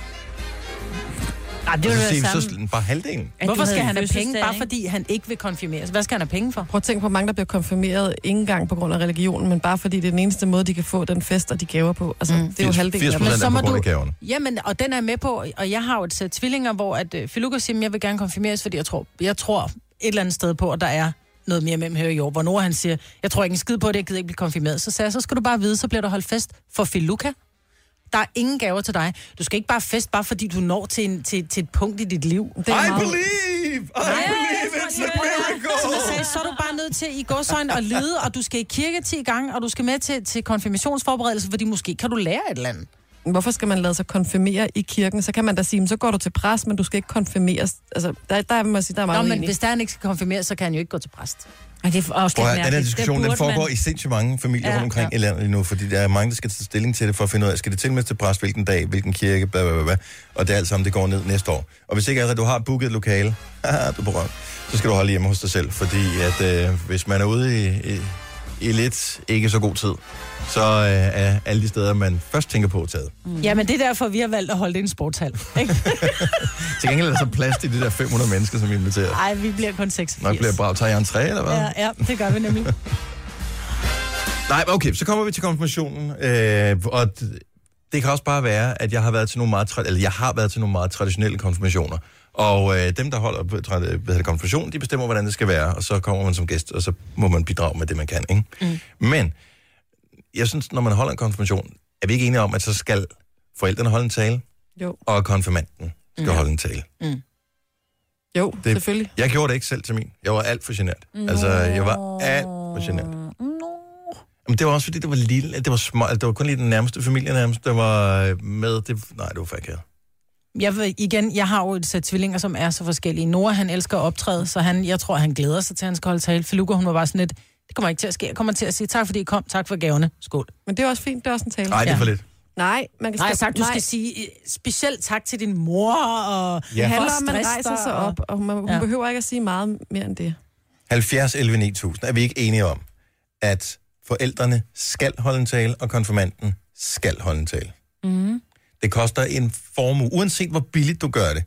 Ej, det og vil så siger være vi så bare halvdelen. Hvorfor skal han have penge, bare fordi han ikke vil konfirmeres? Hvad skal han have penge for? Prøv at tænke på mange, der bliver konfirmeret ikke engang på grund af religionen, men bare fordi det er den eneste måde, de kan få den fest og de gaver på. Altså, mm. det er jo halvdelen af det. firs procent er på grund af gaverne. Jamen, og den er med på, og jeg har jo et sæt tvillinger, hvor at uh, Filuka siger, at jeg vil gerne konfirmeres, fordi jeg tror, jeg tror et eller andet sted på, at der er noget mere mellem her i år. Hvor Nora han siger, jeg tror ikke en skid på det, jeg gider ikke blive konfirmeret. Så sagde jeg, så skal du bare vide, så bliver der holdt fest for Filuka. Der er ingen gaver til dig. Du skal ikke bare fest, bare fordi du når til, en, til, til et punkt i dit liv. Det er I meget... believe! I yeah, believe it's a miracle! Som jeg sagde, så er du bare nødt til i gåsøjne at lide, og du skal i kirke ti gange, og du skal med til, til konfirmationsforberedelse, fordi måske kan du lære et eller andet. Hvorfor skal man lade sig konfirmere i kirken? Så kan man da sige, så går du til præst, men du skal ikke konfirmeres. Altså, der, der, må sige, der er meget Nå, men uenig. hvis der han ikke skal konfirmeres, så kan han jo ikke gå til præst. Og det er også Prøv, den her diskussion, den foregår man... i sindssygt mange familier ja, rundt omkring ja. i landet lige nu, fordi der er mange, der skal tage stilling til det for at finde ud af, skal det tilmeldes til præst, hvilken dag, hvilken kirke, bla, bla, bla, bla, og det er alt sammen, det går ned næste år. Og hvis ikke allerede du har booket et lokale, haha, du er på røven, så skal du holde hjemme hos dig selv, fordi at øh, hvis man er ude i, i, i lidt ikke så god tid, så øh, er alle de steder, man først tænker på taget. Mm. Ja, men det er derfor, vi har valgt at holde det i en sportshal. Ikke? Til gengæld er der så plads til de der fem hundrede mennesker, som vi inviterer. Nej, vi bliver kun seksogfirs. Nok bliver brav. Tager I entré, eller hvad? Ja, ja, det gør vi nemlig. Nej, okay, så kommer vi til konfirmationen, øh, og det kan også bare være, at jeg har været til nogle meget, eller jeg har været til nogle meget traditionelle konfirmationer. Og øh, dem, der holder ved konfirmation, de bestemmer, hvordan det skal være, og så kommer man som gæst, og så må man bidrage med det, man kan, ikke? Mm. Men jeg synes, når man holder en konfirmation, er vi ikke enige om, at så skal forældrene holde en tale? Jo. Og konfirmanden skal mm. holde en tale? Mm. Jo, det, selvfølgelig. Jeg gjorde det ikke selv til min. Jeg var alt for genert. No. Altså, jeg var alt for genert. No. Men det var også, fordi det var lille, det var smart, det var kun lige den nærmeste familie nærmest, der var med. Det, nej, det var faktisk her. Jeg vil, igen, jeg har jo et sæt tvillinger, som er så forskellige. Nora, han elsker at optræde, så han, jeg tror, han glæder sig til, at han skal holde tale. Filuka, hun var bare sådan lidt, det kommer ikke til at ske. Jeg kommer til at sige tak, fordi I kom. Tak for gaverne. Skål. Men det er også fint. Det er også en tale. Nej, det er for lidt. Nej, man kan Nej, jeg har stå- sagt, du nej. skal sige øh, specielt tak til din mor. Og Ja. Det handler for om, at man stress rejser dig, sig og- op, og man, hun Ja. behøver ikke at sige meget mere end det. halvfjerds elleve ni tusind. Er vi ikke enige om, at forældrene skal holde en tale, og konfirmanden skal holde en tale? Mm. Det koster en formue. Uanset hvor billigt du gør det,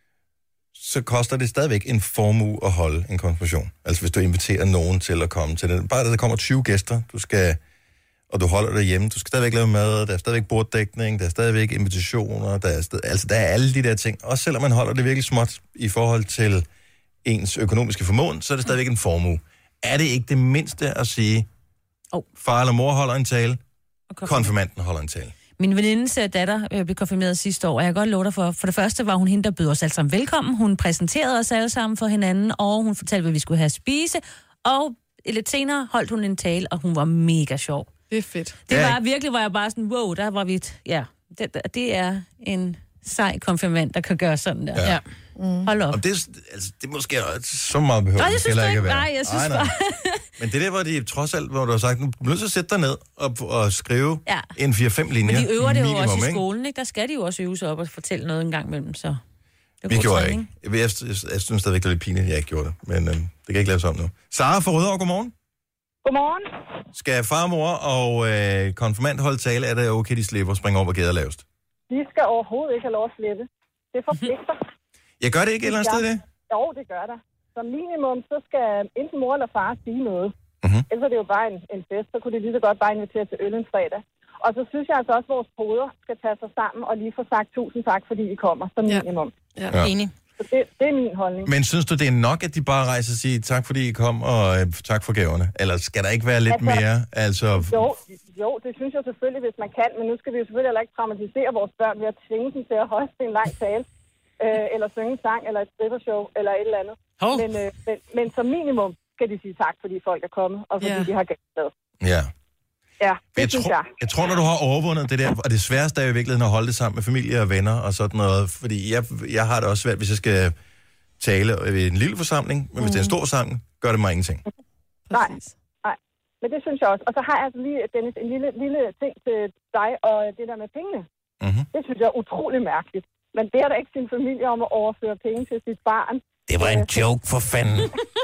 så koster det stadigvæk en formue at holde en konfirmation. Altså hvis du inviterer nogen til at komme til det. Bare der kommer tyve gæster, du skal, og du holder dig hjemme. Du skal stadigvæk lave mad, der er stadigvæk borddækning, der er stadigvæk invitationer, der er, stad, altså, der er alle de der ting. Også selvom man holder det virkelig småt i forhold til ens økonomiske formåen, så er det stadigvæk en formue. Er det ikke det mindste at sige, Oh. far eller mor holder en tale, Og konfirmanden holder en tale? Min venindes øh, datter øh, blev konfirmeret sidste år, og jeg kan godt love dig for, for det første var hun hende, der bød os alle sammen velkommen. Hun præsenterede os alle sammen for hinanden, og hun fortalte, hvad vi skulle have at spise. Og lidt senere holdt hun en tale, og hun var mega sjov. Det er fedt. Det Ja. var virkelig, hvor jeg bare sådan, wow, der var vi, et- ja, det, det er en sej konfirmand, der kan gøre sådan der. Ja. Ja. Mm. Hold op. Og det, er- altså, det er måske også så meget behøver Nej, det jeg synes heller du ikke ikke. at være. Nej, jeg synes Ej, nej. Men det der, hvor de trods alt, hvor du har sagt, nu er du nødt til at sætte dig ned og, og skrive Ja. en fire fem linjer. Men de øver det jo minimum, også i ikke? skolen, ikke? Der skal de jo også øve sig op og fortælle noget en gang imellem, så... Det er Vi god gjorde træning. ikke. Jeg, jeg, jeg, jeg synes stadigvæk, det er lidt pinligt, at jeg ikke gjorde det. Men øhm, det kan ikke laves om nu. Sara fra Rødovre, godmorgen. Godmorgen. Skal farmor og øh, konfirmand holde tale, er det okay, de slipper og springer over, hvor gæder lavest? De skal overhovedet ikke have lov at slippe. Det forpligter. Jeg gør det ikke et eller andet sted, det? Jo, det gør der. Som minimum, så skal enten mor eller far sige noget. Mhm. Ellers er det jo bare en, en fest, så kunne de lige så godt bare invitere til øl en fredag. Og så synes jeg altså også, at vores poder skal tage sig sammen og lige få sagt tusind tak, fordi I kommer, som Ja. minimum. Ja. Ja. Enig. Så det, det er min holdning. Men synes du, det er nok, at de bare rejser og siger tak, fordi I kom, og øh, tak for gaverne? Eller skal der ikke være lidt Altså- mere? Altså, Jo, jo, det synes jeg selvfølgelig, hvis man kan, men nu skal vi jo selvfølgelig heller ikke traumatisere vores børn ved at tvinge dem til at hoste en lang tale, øh, eller synge en sang, eller et strippershow, eller et eller andet. Hov. Men, øh, men, men som minimum skal de sige tak, fordi folk er kommet, og fordi Ja. de har gæstet. ja. Ja, det Jeg synes tror, jeg. jeg tror, når du har overvundet det der, og det sværeste er jo i virkeligheden at holde det sammen med familie og venner og sådan noget, fordi jeg, jeg har det også svært, hvis jeg skal tale i en lille forsamling, men hvis det er en stor forsamling, gør det mig ingenting. Nej. Præcis. Nej, men det synes jeg også. Og så har jeg altså lige, Dennis, en lille, lille ting til dig og det der med pengene. Mm-hmm. Det synes jeg er utrolig mærkeligt. Man beder da ikke sin familie om at overføre penge til sit barn. Det var en joke, for fanden.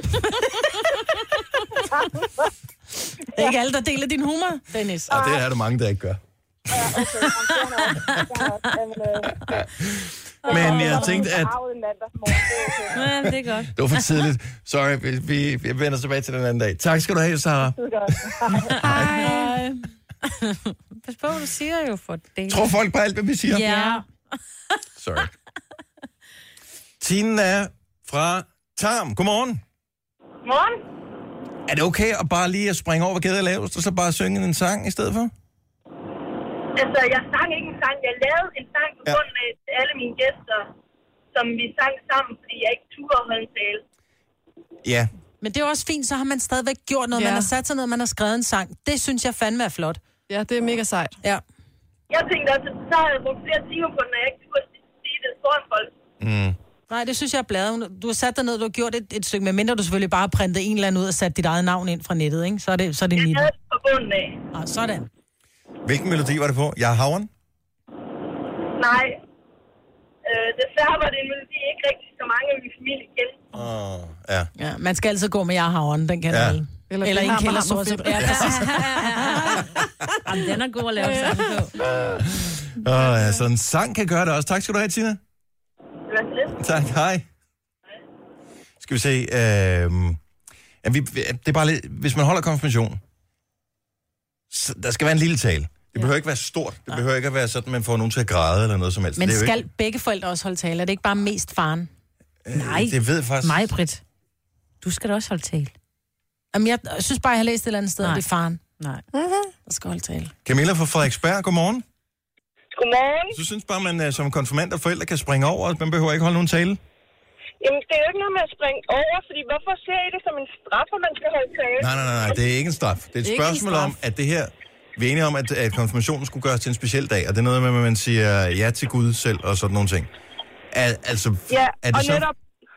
Det er ikke alle, der deler din humor, Dennis. Og det er der mange, der ikke gør. Ja, okay. Jamen, fair nok. Fair nok. Jamen, øh, Men jeg tænkte, at arvet en mandagsmorgen, det er okay. Ja, det er godt. det var for tidligt. Sorry, vi, vi, vi vender tilbage til den anden dag. Tak skal du have, Sara. Det er godt. Hej. Pas på, hvad du siger jo for det. Tror folk på alt, hvad vi siger? Ja. Sorry. Tine er fra Tarm. Godmorgen. Morgen. Er det okay at bare lige at springe over, hvad gæder lavest, og så bare synge en sang i stedet for? Altså, jeg sang ikke en sang. Jeg lavede en sang på Ja. grund af alle mine gæster, som vi sang sammen, fordi jeg ikke turde at holde en tale. Ja. Men det er jo også fint, så har man stadigvæk gjort noget. Ja. Man har sat sig ned, man har skrevet en sang. Det synes jeg fandme er flot. Ja, det er mega sejt. Ja. Jeg tænkte også, at så havde jeg brugt flere timer på den, når jeg ikke turde sige det foran folk. Mm. Nej, det synes jeg er bladet. Du har sat dig ned, du har gjort et, et stykke, med mindre du selvfølgelig bare har printet en eller anden ud og sat dit eget navn ind fra nettet, ikke? Så er det, så er det Jeg nitten. havde det på bunden af. Ah, sådan. Hvilken melodi var det på? Jeg er havren? Nej. Øh, desværre var det en melodi, ikke rigtig så mange af min familie kendte. Åh, oh, ja. Ja, man skal altid gå med jeg havren, den kan Ja. ja. alle. Eller, Eller en kælder sort. fedt. Ja, præcis. Jamen, den er god at lave sang på. Åh, ja, så en sang kan gøre det også. Tak skal du have, Tina. Det var så lidt. Tak, hej. Skal vi se. Øh, ja, vi, det er bare lidt, hvis man holder konfirmation, så der skal være en lille tale. Det behøver ikke være stort. Det behøver ikke at være sådan, at man får nogen til at græde eller noget som helst. Men det er jo skal ikke, begge forældre også holde tale? Er det ikke bare mest faren? øh, Nej. Det ved jeg faktisk. Mig, Britt. Du skal da også holde tale. Jamen, jeg synes bare, jeg har læst et eller andet sted, Nej. at det er faren, Nej. der skal holde tale. Camilla fra Frederiksberg, godmorgen. Godmorgen. Så synes bare, man uh, som konfirmand og forældre kan springe over, og man behøver ikke holde nogen tale. Jamen, det er jo ikke noget med at springe over, fordi hvorfor ser I det som en straf, at man skal holde tale? Nej, nej, nej, nej, det er ikke en straf. Det er et Det er ikke en spørgsmål straf. om, at det her... Vi er enige om, at, at konfirmationen skulle gøres til en speciel dag, og det er noget med, at man siger ja til Gud selv og sådan nogle ting. Al, altså, Ja, er det og så... netop,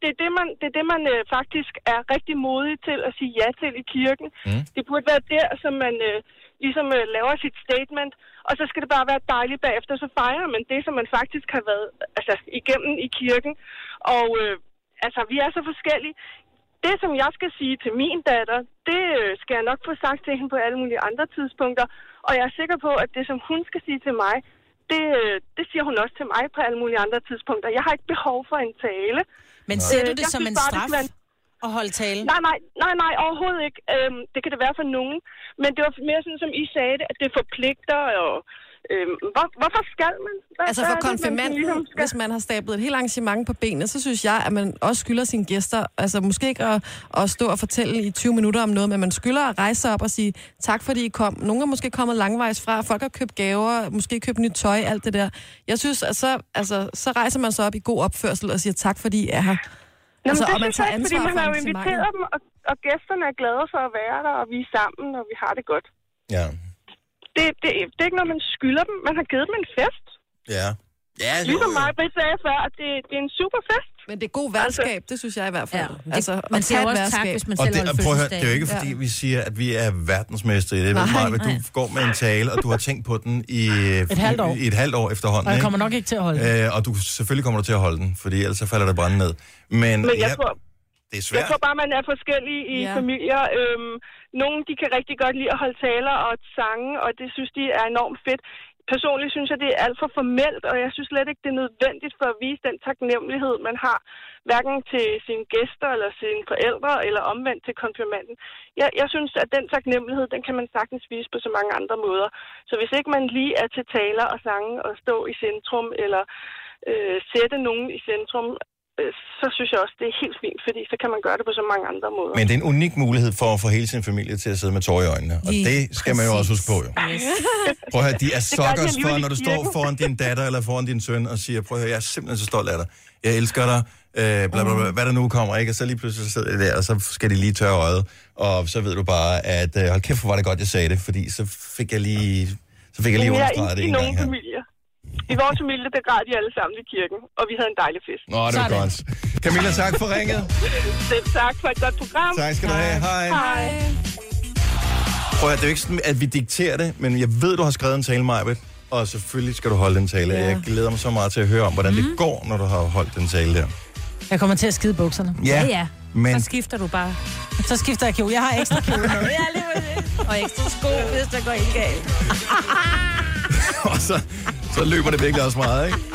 det er det, man, det er det, man øh, faktisk er rigtig modig til at sige ja til i kirken. Mm. Det burde være der, som man øh, ligesom øh, laver sit statement, og så skal det bare være dejligt bagefter, så fejrer man det, som man faktisk har været altså, igennem i kirken. Og øh, altså, vi er så forskellige. Det, som jeg skal sige til min datter, det øh, skal jeg nok få sagt til hende på alle mulige andre tidspunkter, og jeg er sikker på, at det, som hun skal sige til mig, det, øh, det siger hun også til mig på alle mulige andre tidspunkter. Jeg har ikke behov for en tale. Men ser du det jeg som en bare, straf man... at holde tale? Nej, nej, nej, nej, overhovedet ikke. Øhm, det kan det være for nogen. Men det var mere sådan, som I sagde det, at det forpligter, og øhm, hvor, hvorfor skal man? Hvad, Altså for konfirmanden, ligesom hvis man har stablet et helt arrangement på benene, så synes jeg, at man også skylder sine gæster, altså måske ikke at, at stå og fortælle i tyve minutter om noget, men man skylder at rejse sig op og sige, tak fordi I kom. Nogle er måske kommet langvejs fra, folk har købt gaver, måske købt nyt tøj, alt det der. Jeg synes, at så, altså, så rejser man sig op i god opførsel og siger tak fordi I er her. Nå, altså, det og man synes jeg tager ikke, fordi ansvar man for har jo arrangementet. inviteret dem, og, og gæsterne er glade for at være der, og vi er sammen, og vi har det godt. Ja. Det, det, det er ikke noget, man skylder dem. Man har givet dem en fest. Ja. Ja, jo, Ligesom jo. mig, Britt sagde før, at det, det er en super fest. Men det er god værtskab, det synes jeg i hvert fald. Ja, altså, man at siger tage jo et også tak, værtskab. hvis man Og selv det, holder og prøv at høre, fødselsdag. det er jo ikke, fordi Ja. vi siger, at vi er verdensmester i det. Nej, Nej, du nej. går med en tale, og du har tænkt på den i Et halvt år. i, i et halvt år efterhånden. Og jeg ikke? kommer nok ikke til at holde det. Øh, og du selvfølgelig kommer du til at holde den, fordi ellers så falder der brænde ned. Men, Men jeg ja, tror, det er jeg svært. tror bare, man er forskellige i Ja. familier. Øhm, nogle, de kan rigtig godt lide at holde taler og sange, og det synes de er enormt fedt. Personligt synes jeg, det er alt for formelt, og jeg synes slet ikke, det er nødvendigt for at vise den taknemmelighed, man har, hverken til sine gæster eller sine forældre, eller omvendt til konfirmanden. Jeg, jeg synes, at den taknemmelighed, den kan man sagtens vise på så mange andre måder. Så hvis ikke man lige er til taler og sange og stå i centrum, eller øh, sætte nogen i centrum, øh, så synes jeg også, det er helt fint, fordi så kan man gøre det på så mange andre måder. Men det er en unik mulighed for at få hele sin familie til at sidde med tårer i øjnene. Og Lige det skal man jo også huske på, jo. Prøv at høre, de er gør de suckers alligevel for, i når du står kirken. foran din datter eller foran din søn og siger, prøv at høre, jeg er simpelthen så stolt af dig. Jeg elsker dig. Øh, bla, bla, bla, hvad der nu kommer, ikke? Og så lige pludselig så sidder jeg der, og så skal de lige tørre øjet. Og så ved du bare, at øh, hold kæft, hvor var det godt, jeg sagde det. Fordi så fik jeg lige, så fik jeg lige Men jeg er understreget det i, i en nogle gang her. familier. I vores familie, der græd de alle sammen i kirken, og vi havde en dejlig fest. Nå, det var Sådan. godt. Camilla, tak for ringet. Selv tak for et godt program. Tak skal du have. Hej. Hej. Prøv at, det er jo ikke sådan, at vi dikterer det, men jeg ved, du har skrevet en tale, Majbet. Og selvfølgelig skal du holde den tale. Ja. Jeg glæder mig så meget til at høre om, hvordan mm. det går, når du har holdt den tale der. Jeg kommer til at skide bukserne. Ja, ja. Men Så skifter du bare. Så skifter jeg kjole. Jeg har ekstra kjole med. Ja, lige med det. Og ekstra sko, hvis der går helt galt. og så, så løber det virkelig også meget, ikke?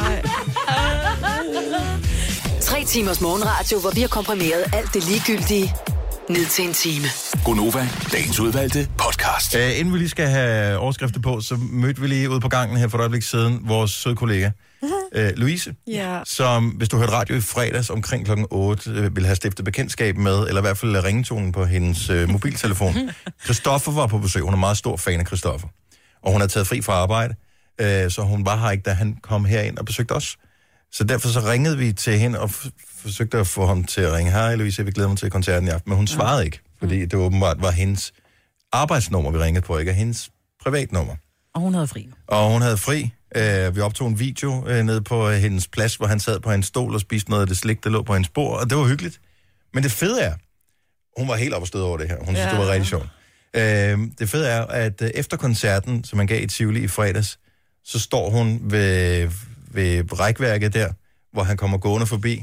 Tre timers morgenradio, hvor vi har komprimeret alt det ligegyldige ned til en time. Gonova, dagens udvalgte podcast. Uh, inden vi lige skal have overskrifter på, så mødte vi lige ude på gangen her for et øjeblik siden vores søde kollega, uh, Louise, Ja. som, hvis du hørte radio i fredags omkring klokken otte, uh, ville have stiftet bekendtskab med, eller i hvert fald ringetonen på hendes uh, mobiltelefon. Christoffer var på besøg. Hun er meget stor fan af Christoffer. Og hun har taget fri fra arbejde, uh, så hun var her ikke, da han kom herind og besøgte os. Så derfor så ringede vi til hende og f- forsøgte at få ham til at ringe. Hej Louise, vi glæder mig til koncerten i aften. Men hun svarede ikke, fordi det åbenbart var hendes arbejdsnummer, vi ringede på, ikke? Og hendes privatnummer. Og hun havde fri. Og hun havde fri. Uh, vi optog en video uh, nede på uh, hendes plads, hvor han sad på en stol og spiste noget af det slik, der lå på hendes bord. Og det var hyggeligt. Men det fede er, hun var helt opstået over det her. Hun synes, Ja. det var rigtig sjovt. Uh, det fede er, at uh, efter koncerten, som man gav i Tivoli i fredags, så står hun ved, ved rækværket der, hvor han kommer gående forbi.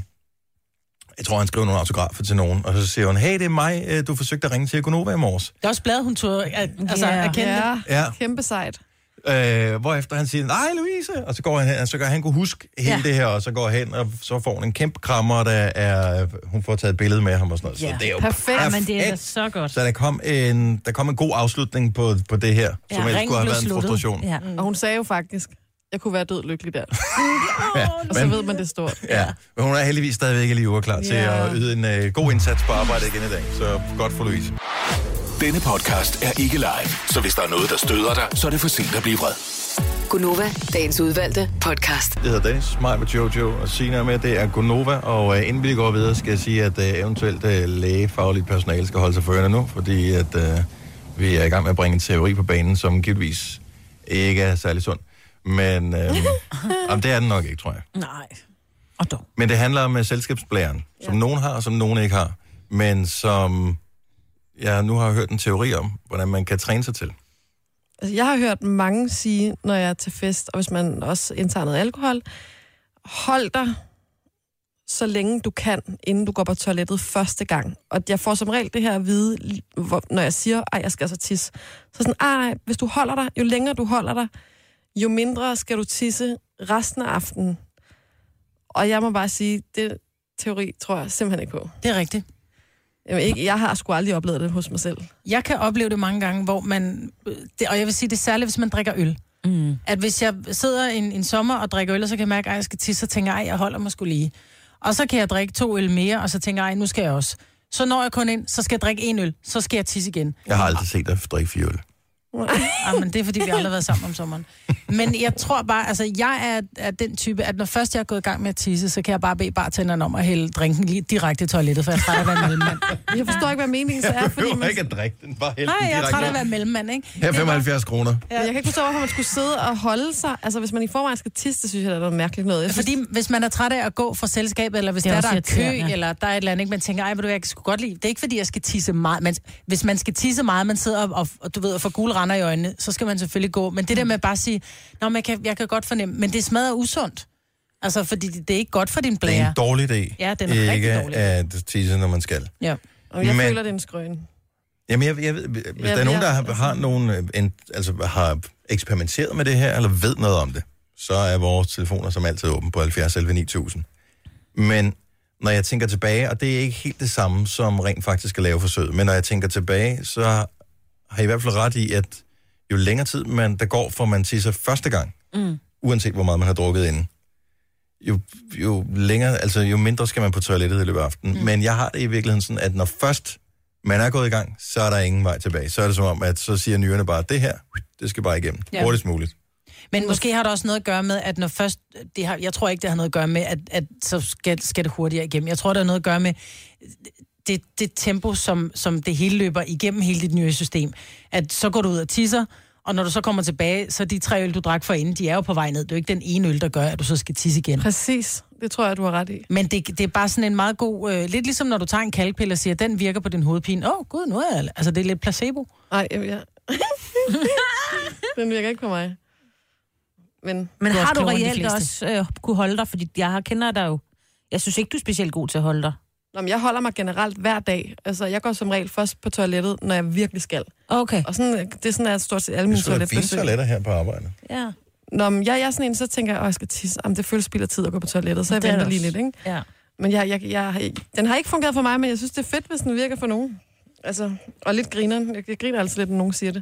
Jeg tror, han skriver nogle autografer til nogen, og så siger hun, hey, det er mig, du forsøgte at ringe til Gonova i morges. Det er også bladet, hun tog at, altså, Ja. erkende. Ja, Ja. kæmpe sejt. Øh, hvorefter han siger, nej Louise, og så går han hen, og så kan han kunne huske hele Ja. ja. det her, og så går hen, og så får hun en kæmpe krammer, der er, hun får taget et billede med ham og sådan noget. Ja. Så det er jo Perfekt. Ja, men det er da så godt. Så der kom en, der kom en god afslutning på, på det her, Ja, som ellers ringen skulle have blev været en sluttet. frustration. Ja. Og hun sagde jo faktisk, jeg kunne være død lykkelig der. Ja, Og så men, ved man, det er stort. ja, men hun er heldigvis stadigvæk i live og klar til Ja. at yde en uh, god indsats på arbejde igen i dag. Så godt for Louise. Denne podcast er ikke live, så hvis der er noget, der støder dig, så er det for sent at blive vred. Gonova, dagens udvalgte podcast. Det hedder Dennis, mig med Jojo og Sina med. Det er Gonova, og uh, inden vi går videre, skal jeg sige, at uh, eventuelt uh, lægefagligt personale skal holde sig for ørerne nu, fordi at uh, vi er i gang med at bringe en teori på banen, som givetvis ikke er særlig sund. Men uh, jamen, det er den nok ikke, tror jeg. Nej. Og dog. Men det handler om uh, selskabsblæren, som ja. nogen har, og som nogen ikke har. Men som jeg nu har hørt en teori om, hvordan man kan træne sig til. Altså, jeg har hørt mange sige, når jeg er til fest, og hvis man også indtager noget alkohol, hold dig så længe du kan, inden du går på toilettet første gang. Og jeg får som regel det her at vide, hvor, når jeg siger, ej, jeg skal altså tisse. Så sådan, ej, hvis du holder dig, jo længere du holder dig, jo mindre skal du tisse resten af aftenen. Og jeg må bare sige, det teori tror jeg simpelthen ikke på. Det er rigtigt. Jamen, ikke, jeg har sgu aldrig oplevet det hos mig selv. Jeg kan opleve det mange gange, hvor man... Det, og jeg vil sige, det er særligt, hvis man drikker øl. Mm. At hvis jeg sidder en, en sommer og drikker øl, og så kan jeg mærke, at jeg skal tisse, så tænker jeg, jeg holder mig sgu lige. Og så kan jeg drikke to øl mere, og så tænker jeg, nu skal jeg også. Så når jeg kun ind, så skal jeg drikke en øl, så skal jeg tisse igen. Jeg har aldrig set dig drikke fire øl. Ja, men det er, fordi vi aldrig har været sammen om sommeren. Men jeg tror bare, altså jeg er, er den type, at når først jeg er gået i gang med at tisse, så kan jeg bare bede bartenderen om at hælde drinken lige direkte i toilettet, for jeg er træt af at være mellemmand. Jeg forstår ikke, hvad meningen så er. Jeg fordi behøver ikke at drikke den, bare hælde Nej, den jeg er direkte. træt af at være mellemmand, ikke? Her femoghalvfjerds kroner. Ja. Jeg kan ikke forstå, hvorfor man skulle sidde og holde sig. Altså, hvis man i forvejen skal tisse, det synes jeg, det er noget mærkeligt noget. Jeg synes... Fordi hvis man er træt af at gå fra selskabet, eller hvis der, der er kø, ja. Eller der er et eller andet, ikke, man tænker, ej, ved du, jeg skulle godt lide. Det er ikke, fordi jeg skal tisse meget. Men hvis man skal tisse meget, man sidder og, og, og du ved, og får gule render i øjnene, så skal man selvfølgelig gå. Men det der med bare at sige, nå, man kan, jeg kan godt fornemme, men det smadrer usundt. Altså, fordi det, det er ikke godt for din blære. Det er en dårlig idé. Ja, den er ikke rigtig dårlig. Ikke at tisse, når man skal. Ja, og jeg men, føler, det er en skrøn. Jamen, jeg, jeg ved, hvis ja, der er nogen, der jeg, har, har, nogen, en, altså, har eksperimenteret med det her, eller ved noget om det, så er vores telefoner som altid åbne på halvfjerds elleve ni tusind. Men når jeg tænker tilbage, og det er ikke helt det samme, som rent faktisk at lave forsøg, men når jeg tænker tilbage, så har jeg i hvert fald ret i, at jo længere tid man, der går, for man tisser første gang, mm. uanset hvor meget man har drukket inden, jo, jo længere, altså jo mindre skal man på toilettet i løbet af aftenen. Mm. Men jeg har det i virkeligheden sådan, at når først man er gået i gang, så er der ingen vej tilbage. Så er det som om, at så siger nyrerne bare, det her, det skal bare igennem. Ja. Hurtigst muligt. Men måske har det også noget at gøre med, at når først... Det har, jeg tror ikke, det har noget at gøre med, at, at så skal, skal det hurtigere igennem. Jeg tror, det har noget at gøre med det, det tempo, som, som det hele løber igennem hele dit nye system. At så går du ud og tisser, og når du så kommer tilbage, så de tre øl, du drak forinden, de er jo på vej ned. Det er jo ikke den ene øl, der gør, at du så skal tisse igen. Præcis. Det tror jeg, du har ret i. Men det, det er bare sådan en meget god... Øh, lidt ligesom når du tager en kalkpille og siger, at den virker på din hovedpine. Åh, oh, gud, nu er jeg... Altså, det er lidt placebo. Nej, ja. Den virker ikke på mig. Men, Men har du reelt også øh, kunne holde dig? Fordi jeg kender dig jo... Jeg synes ikke, du er specielt god til at holde dig. Nå, men jeg holder mig generelt hver dag. Altså, jeg går som regel først på toilettet, når jeg virkelig skal. Okay. Og sådan, det er sådan, at stort set alle mine toiletbesøg. Det er fine toiletter her på arbejde. Ja. Nå, men jeg, jeg er sådan en, så tænker jeg, at jeg skal tisse. Jamen, det føles spild af tid at gå på toilettet, så jeg det venter lige lidt, ikke? Ja. Men jeg, jeg, jeg, den har ikke fungeret for mig, men jeg synes, det er fedt, hvis den virker for nogen. Altså, og lidt grineren. Jeg, jeg griner altså lidt, når nogen siger det.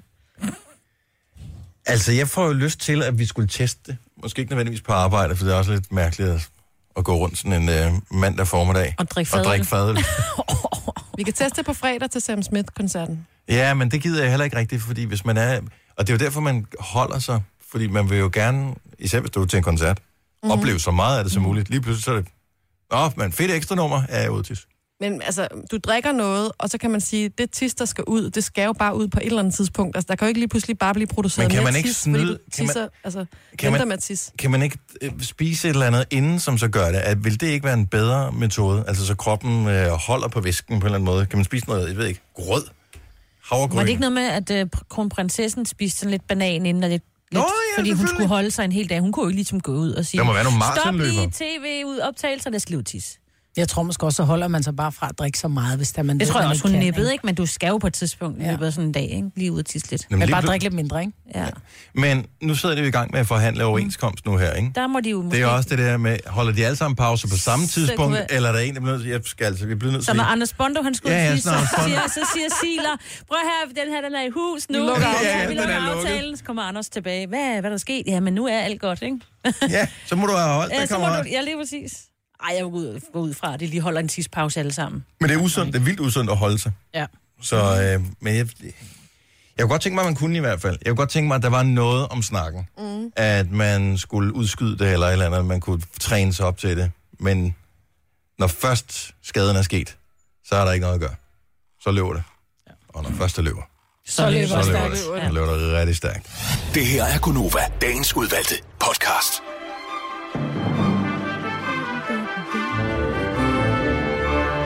Altså, jeg får jo lyst til, at vi skulle teste det. Måske ikke nødvendigvis på arbejde, for det er også lidt mærkeligt at, at gå rundt sådan en øh, mandag formiddag. Og drikke fadøl. Og drikke fadøl. Vi kan teste på fredag til Sam Smith-koncerten. Ja, men det gider jeg heller ikke rigtigt, fordi hvis man er... Og det er jo derfor, man holder sig, fordi man vil jo gerne, især hvis du er til en koncert, mm-hmm. opleve så meget af det som mm-hmm. muligt. Lige pludselig så er det... Åh, men fedt ekstra nummer er jeg ude til. Men altså, du drikker noget, og så kan man sige, det tis, der skal ud, det skal jo bare ud på et eller andet tidspunkt. Altså, der kan jo ikke lige pludselig bare blive produceret mere tis, men kan man ikke snyde? Tisser, kan man, altså, kan man, med tis. Kan man ikke øh, spise et eller andet inden, som så gør det? At, vil det ikke være en bedre metode? Altså, så kroppen øh, holder på væsken på en eller anden måde. Kan man spise noget, jeg ved ikke, grød? Havregryn? Var det ikke noget med, at øh, kronprinsessen spiste sådan lidt banan inden, og lidt, Nå, lidt ja, fordi hun skulle holde sig en hel dag? Hun kunne jo ikke ligesom gå ud og sige, der må være nogle stop maratonløber. lige tv ud optagelser, der skal tis. Jeg tror måske også, så holder man sig bare fra at drikke så meget, hvis der man... Det tror jeg også, hun kan, nippede, ikke? Men du skal jo på et tidspunkt i ja. løbet af sådan en dag, ikke? Lige ud og tisse lidt. Men bare bl- drikke lidt mindre, ikke? Ja. Men nu sidder de jo i gang med at forhandle overenskomst nu her, ikke? Der må de jo måske... Det er også det der med, holder de alle sammen pause på samme tidspunkt, kunne... eller er der en, der bliver nødt til, jeg skal altså, vi bliver nødt til... Så når Anders Bondo, han skulle ja, ja, sige, så, siger, så siger Siler, prøv her, den her, den er i hus nu. Vi lukker, ja, ja, vi lukker aftalen, så kommer Anders tilbage. Hvad, hvad er der sket? Ja, men nu er alt godt, ikke? Ja, så må du have holdt, ja, der så kommer... må du, ja, lige præcis. Ej, jeg vil gå ud fra, at de lige holder en tidspause alle sammen. Men det er usundt, det er vildt usundt at holde sig. Ja. Så, øh, men jeg, jeg kunne godt tænke mig, at man kunne i hvert fald. Jeg kunne godt tænke mig, at der var noget om snakken. Mm. At man skulle udskyde det eller et eller andet, man kunne træne sig op til det. Men når først skaden er sket, så er der ikke noget at gøre. Så løber det. Ja. Og når først det løber, så, så løber det stærkt. Så løber det rigtig stærkt. Det her er Gonova, dagens udvalgte podcast.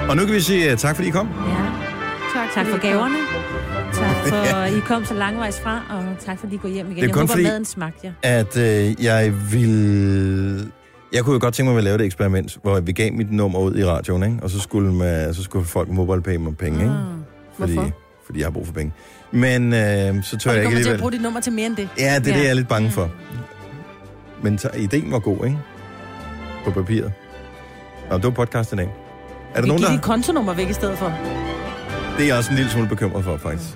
Og nu kan vi sige uh, tak, fordi I kom. Ja. Tak, Tak for fordi I kom. gaverne. Tak for, at I kom så langvejs fra, og tak for, at I går hjem igen. Det er Jeg kun håber, fordi- maden smagte jer. At øh, jeg vil... Jeg kunne jo godt tænke mig at lave et eksperiment, hvor vi gav mit nummer ud i radioen, ikke? Og så skulle, man, så skulle folk MobilePay mig penge, ikke? Fordi, Hvorfor? fordi jeg har brug for penge. Men øh, så tør Og jeg du ikke kommer til at alligevel. bruge dit nummer til mere end det. Ja, det er det, Ja. jeg er lidt bange for. Men så, ideen var god, ikke? På papiret. Nå, det var podcast i dag. Er der Vi nogen, giver der... dit kontonummer væk i stedet for. Det er jeg også en lille smule bekymret for, faktisk.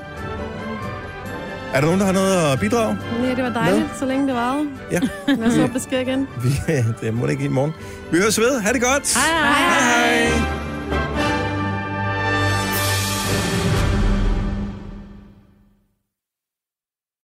Er der nogen, der har noget at bidrage? Ja, det var dejligt, så længe det varede. Ja. Lad os håbe, det sker igen. Vi, det må det ikke i morgen. Vi høres ved. Ha' det godt. Hej, hej. Hej, hej.